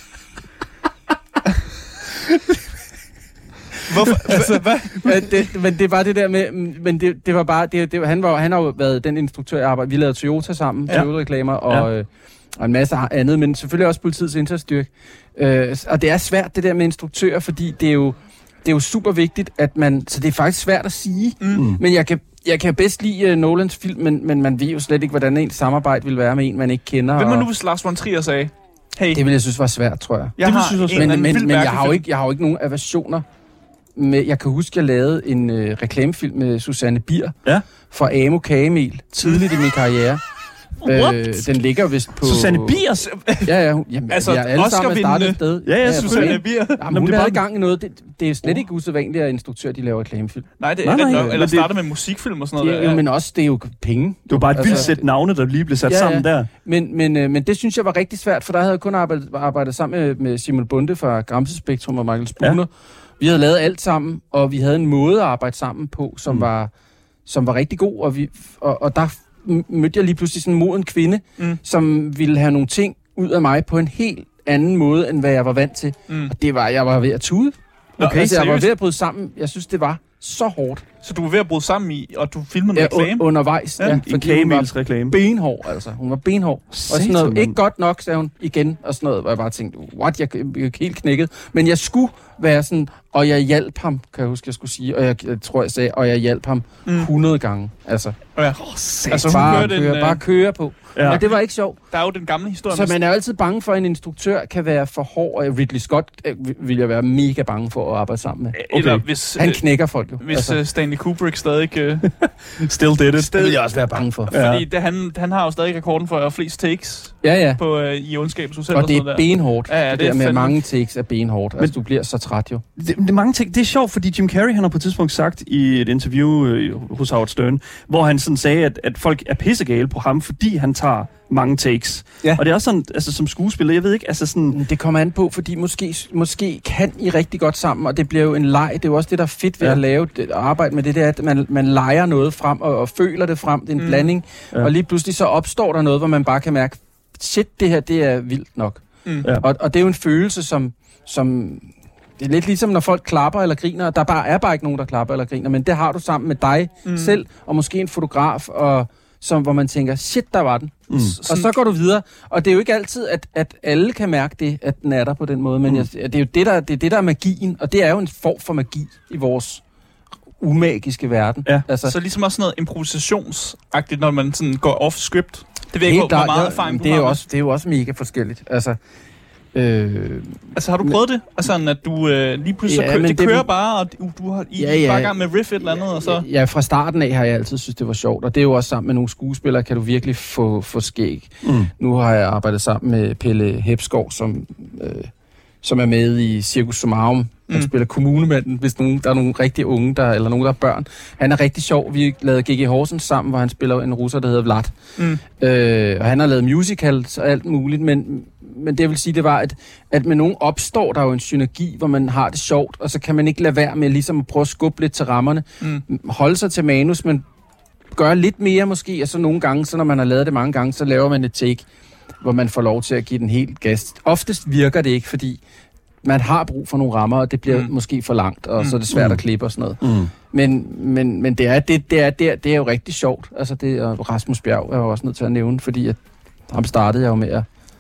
Hvorfor? Altså, hvad? men, det, men det var det der med, men det, det var bare, det, det, han, var, han har jo været den instruktør, jeg arbejder. Vi lavede Toyota sammen, Ja. Toyota-reklamer og, Ja. øh, og en masse andet, men selvfølgelig også politiets indsatsstyrke. Øh, og det er svært det der med instruktører, fordi det er jo, det er jo super vigtigt, at man, så det er faktisk svært at sige, Mm. men jeg kan, jeg kan bedst lide uh, Nolans film, men, men man ved jo slet ikke, hvordan en samarbejde vil være med en, man ikke kender. Hvem var og nu, hvis Lars von Trier sagde, hey, det ville jeg synes var svært, tror jeg. jeg det vil har synes også- en Men, eller anden men, vild men jeg, mærkelig har jo film. ikke, jeg har jo ikke nogen aversioner. Med, jeg kan huske, jeg lavede en øh, reklamefilm med Susanne Bier Ja. fra Amo Kagemel, tidligt i min karriere. Øh, den ligger vist på... Susanne Biers? Ja, ja. Hun, jamen, Altså, altså, jeg er alle sammen Oscar-vindende. startet et sted. Ja, ja, på Susanne banen. Bier. Jamen, Nå, men hun det er havde bare- gang i noget. Det, det er slet ikke usædvanligt, at instruktører de laver reklamefilm. Nej, det er Nej, det nej, nok. men Eller det- starter med musikfilm og sådan Det noget. er, der. jo, men også, det er jo penge. Det var bare et vildt Altså, sæt navne, der lige blev sat Ja, ja. sammen der. Men, men, øh, men det synes jeg var rigtig svært, for der havde jeg kun arbejdet, arbejdet sammen med, med Simon Bunde fra Gramse Spektrum og Michael Spooner. Ja. Vi havde lavet alt sammen, og vi havde en måde at arbejde sammen på, som, Mm. mm. var, som var rigtig god. Og, vi, og, og der mødte jeg lige pludselig sådan en moden kvinde, Mm. mm. som ville have nogle ting ud af mig på en helt anden måde, end hvad jeg var vant til. Mm. Og det var, jeg var ved at tude. Okay, altså, jeg var seriøst? ved at bryde sammen. Jeg synes, det var så hårdt. Så du var ved at bryde sammen i, og du filmede en Ja, reklame? u- undervejs. Ja, Ja, en fordi hun var Kagemels reklame. benhård, altså. Hun var benhård. Og sådan Satan, noget, mand. ikke godt nok, sagde hun igen, og sådan noget, hvor jeg bare tænkte, what, jeg er helt knækket. Men jeg skulle være sådan, og jeg hjalp ham, kan jeg huske, jeg skulle sige, og jeg, jeg tror, jeg sagde, og jeg hjalp ham Mm. hundrede gange. Altså, Ja. Altså, hun bare, kørte en, køre, øh, bare køre på. Ja. Ja. Men det var ikke sjovt. Der er jo den gamle historie. Så med- man er jo altid bange for, at en instruktør kan være for hård, og Ridley Scott øh, vil jeg være mega bange for at arbejde sammen med. Eller Okay. hvis, Han øh, knækker folk jo. hvis øh, Stanley Kubrick stadig... Øh, Still did it. det vil jeg også være bange for. Ja. Fordi det, han, han har jo stadig rekorden for flest takes Ja, ja. på, øh, i Ondskabens Hotel. Og det sådan er noget benhårdt. Ja, ja, det, det er der med fandme- mange takes er benhårdt. Altså, du bliver så træt jo. Det, det, er mange ting. Det er sjovt, fordi Jim Carrey, han har på et tidspunkt sagt i et interview øh, hos Howard Stern, hvor han sådan sagde, at, at folk er pissegale på ham, fordi han tager mange takes. Ja. Og det er også sådan, altså som skuespiller, jeg ved ikke, altså sådan... Det kommer an på, fordi måske, måske kan I rigtig godt sammen, og det bliver jo en leg. Det er jo også det, der er fedt ved Ja. ja. at lave det, at arbejde med det, det er, at man, man leger noget frem og, og føler det frem. Det er en Mm. mm. blanding. Ja. Ja. Og lige pludselig så opstår der noget, hvor man bare kan mærke, shit, det her, det er vildt nok. Mm. Ja. Og, og det er jo en følelse, som... som det er lidt ligesom, når folk klapper eller griner. Der bare er bare ikke nogen, der klapper eller griner, men det har du sammen med dig Mm. mm. selv, og måske en fotograf, og, som, hvor man tænker, shit, der var den. Mm. Og så går du videre, og det er jo ikke altid, at, at alle kan mærke det, at den er der på den måde, men Mm. mm. jeg, det er jo det der, det er det, der er magien, og det er jo en form for magi i vores umagiske verden. Ja. Altså, Så ligesom også sådan noget improvisationsagtigt, når man sådan går off-script. Det ved jeg ikke, helt hvor, hvor klart, meget ja, erfaring du det er har jo med. også, det er jo også mega forskelligt. Altså, øh, Altså har du prøvet det? Altså sådan, at du øh, lige pludselig Ja, ja, kø- men det, det- kører bare, og du, du har I, Ja, ja, ja. ja. bare i gang med riff et eller andet, og så... Ja, fra starten af har jeg altid synes det var sjovt, og det er jo også sammen med nogle skuespillere, kan du virkelig få, få skæg. Mm. Nu har jeg arbejdet sammen med Pelle Hepskov, som, øh, som er med i Circus Summarum. Han mm. spiller kommunemanden, hvis nogen, der er nogle rigtig unge, der, eller nogen, der er børn. Han er rigtig sjov. Vi lavede G G Horsens sammen, hvor han spiller en russer, der hedder Vlad. Mm. Øh, og han har lavet musicals og alt muligt, men, men det vil sige, det var, at, at med nogen opstår der jo en synergi, hvor man har det sjovt, og så kan man ikke lade være med ligesom at prøve at skubbe lidt til rammerne. Mm. Holde sig til manus, men gøre lidt mere måske, og så nogle gange, så når man har lavet det mange gange, så laver man et take, hvor man får lov til at give den helt gas. Oftest virker det ikke, fordi man har brug for nogle rammer, og det bliver mm. måske for langt, og mm. så er det svært mm. at klippe og sådan noget. Mm. Men, men, men det, er, det, det, er, det, er, det er jo rigtig sjovt. Altså det, og Rasmus Bjerg er jo også nødt til at nævne, fordi at ham startede jeg jo med at...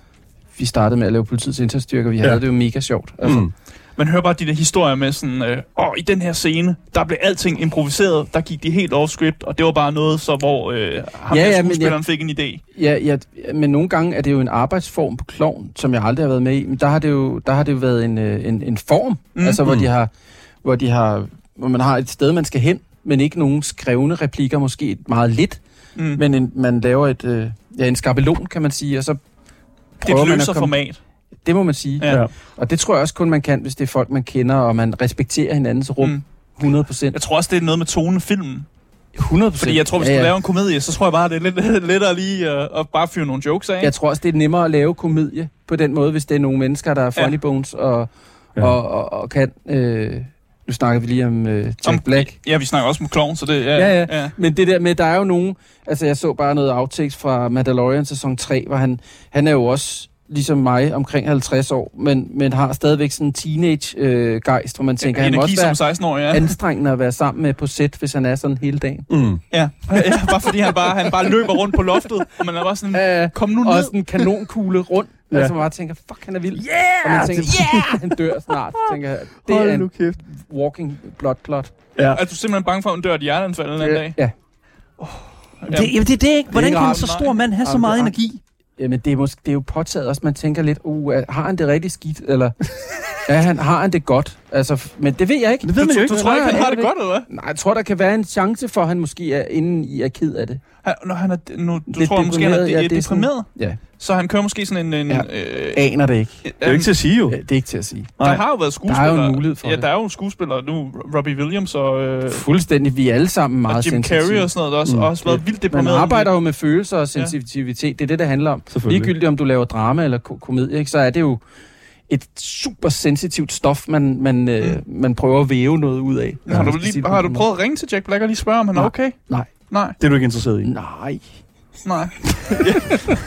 Vi startede med at lave politiets indsatsstyrker, vi ja. havde det jo mega sjovt. Altså. Mm. Man hører bare de der historier med sådan, øh, åh, i den her scene, der blev alting improviseret, der gik de helt off-script, og det var bare noget, så hvor øh, ham ja, ja, skuespilleren fik en idé. Ja, ja, men nogle gange er det jo en arbejdsform på Klovn, som jeg aldrig har været med i, men der har det jo, der har det jo været en, en, en form, mm. altså hvor de har, hvor de har, hvor man har et sted, man skal hen, men ikke nogen skrevne replikker, måske meget lidt, mm. men en, man laver et, øh, ja, en skabelon, kan man sige, og så prøver det løser man at komme, format. Det må man sige. Ja. Og det tror jeg også kun, man kan, hvis det er folk, man kender, og man respekterer hinandens rum mm. hundrede procent. Jeg tror også, det er noget med tonefilmen. hundrede procent. Fordi jeg tror, hvis du ja, ja. laver en komedie, så tror jeg bare, det er lidt lettere lige at, at bare fyre nogle jokes af. Jeg tror også, det er nemmere at lave komedie på den måde, hvis det er nogle mennesker, der er funny ja. bones og, ja. og, og, og kan... Øh, nu snakker vi lige om øh, Jack om, Black. Ja, vi snakker også om Klovn, så det... Ja, ja, ja, ja. Men det der med, der er jo nogen... Altså, jeg så bare noget outtakes fra Mandalorian sæson tre, hvor han, han er jo også... ligesom mig, omkring halvtreds år, men, men har stadigvæk sådan en teenage-gejst, øh, hvor man tænker, ja, han må også være seksten år, ja. anstrengende at være sammen med på set, hvis han er sådan hele dagen. Mm. Ja. ja, bare fordi han bare, han bare løber rundt på loftet, og man er bare sådan, uh, kom nu ned. Og sådan en kanonkugle rundt, ja. Altså man bare tænker, fuck, han er vild. Yeah! Og man tænker, yeah! Han dør snart. Tænker, det Hold er en kæft. walking blood clot. Ja. Er du simpelthen bange for, at han dør et hjerteanfald en anden dag? Ja. Oh. Det, det, det, det er ikke. Hvordan kan en så stor mand have så meget energi? Jamen, det er, måske, det er jo påtaget også. Man tænker lidt, uh, har han det rigtig skidt? Eller ja, han, har han det godt? Altså, men det ved jeg ikke. Det ved man jo ikke. Du tror ikke, han har det godt, eller hvad? Nej, jeg tror, der kan være en chance for, at han måske er inde i er ked af det. Han, når han er, nu, du lidt tror måske, han er, ja, er deprimeret? Ja. Så han kører måske sådan en... en ja. øh, aner det ikke. Det er jo ikke til at sige, jo. Ja, det er ikke til at sige. Der har jo været skuespillere. Der er jo en mulighed for ja, det. der er jo skuespillere nu. Robbie Williams og... Øh, Fuldstændig. Vi er alle sammen meget sensitive. Og Jim Carrey og sådan noget, der også, mm. også været vildt deprimeret. Man arbejder jo med følelser og sensitivitet. Det er det, det handler om. Ligegyldigt om du laver drama eller ko- komedie, ikke, så er det jo et super sensitivt stof, man, man, mm. øh, man prøver at væve noget ud af. Ja, har du, lige, har du prøvet at ringe til Jack Black og lige spørge, om han er okay? Nej. Nej. Det er du ikke interesseret i? Nej. Nej. det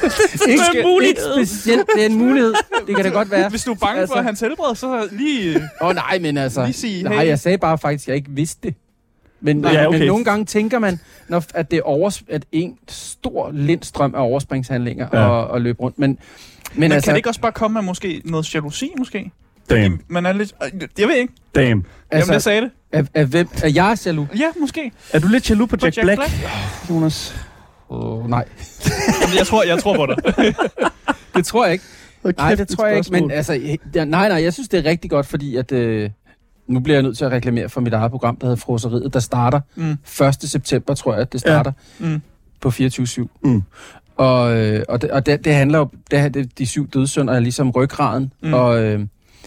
er en mulighed. Ikke specielt, det er en mulighed. Det kan det godt være. Hvis du er bange altså, for hans helbred, så lige... Åh oh, nej, men altså... Lige sige, nej, hey. jeg sagde bare faktisk, at jeg ikke vidste det. Men, ja, okay. men nogle gange tænker man, når, at det er over, at en stor lindstrøm af overspringshandlinger ja. og, og løbe rundt. Men, men, men altså, kan det ikke også bare komme med måske noget jalousi, måske? Damn. Man er lidt... Jeg ved ikke. Damn. Altså, Jamen, jeg sagde det. Er, er, hvem, er jeg jaloux? Ja, måske. Er du lidt jaloux på, på Jack, Jack Black? Black? Oh, Jonas. Oh, nej. Jamen, jeg tror, jeg tror på dig. Det tror jeg ikke. Okay, nej, det tror jeg ikke. Men altså, ja, nej, nej, jeg synes, det er rigtig godt, fordi at... Øh, nu bliver jeg nødt til at reklamere for mit eget program, der hedder Froseriet, der starter mm. første september, tror jeg, at det starter ja. mm. på fireogtyve syv. Mm. Og, øh, og, det, og det, det handler jo, det, det, de syv dødssynder er ligesom ryggraden, mm. og øh,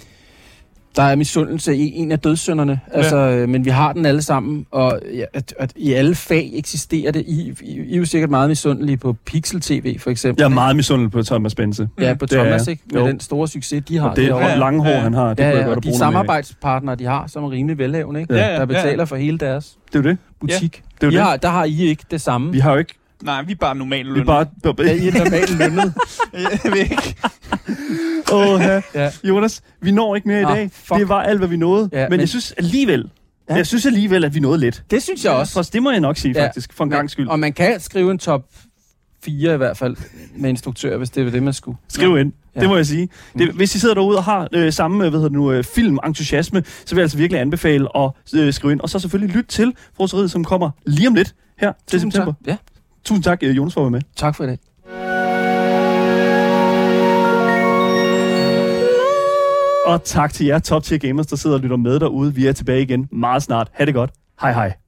der er misundelse i en af dødssynderne, ja. altså, øh, men vi har den alle sammen, og ja, at, at i alle fag eksisterer det. I, I, I er jo sikkert meget misundelige på Pixel T V, for eksempel. Jeg er meget misundelig på Thomas Bense. Ja, på Thomas, ikke? Med jo. Den store succes, de har. Og det er et lange hår, ja. han har. Det ja, ja, jeg godt og de samarbejdspartnere, de har, som er rimelig velhavende, ikke? Ja, ja, der betaler ja. for hele deres det er det. butik. Ja. Det er I det. har, der har I ikke det samme. Vi har jo ikke... Nej, vi er bare normalt lønnet. Vi er bare... Ja, I er normalt lønnet. Jeg ved ikke. Åh, ja. Jonas, vi når ikke mere i dag. Ah, det var alt, hvad vi nåede. Ja, men, men jeg synes alligevel... Ja. Jeg synes alligevel, at vi nåede lidt. Det synes jeg også. Ja, det må jeg nok sige, faktisk, ja. for en men, gang skyld. Og man kan skrive en top fire i hvert fald med instruktør, hvis det er det, man skulle. Skriv ind. Ja. Det må jeg sige. Det, hvis I sidder derude og har øh, samme hvad hedder det nu, øh, filmentusiasme, så vil jeg altså virkelig anbefale at øh, skrive ind. Og så selvfølgelig lyt til Froseriet, som kommer lige om lidt her til Tusind september. Tak. Ja. Tusind tak, Jonas, for at være med. Tak for i dag. Og tak til jer top tier gamers, der sidder og lytter med derude. Vi er tilbage igen meget snart. Ha' det godt. Hej hej.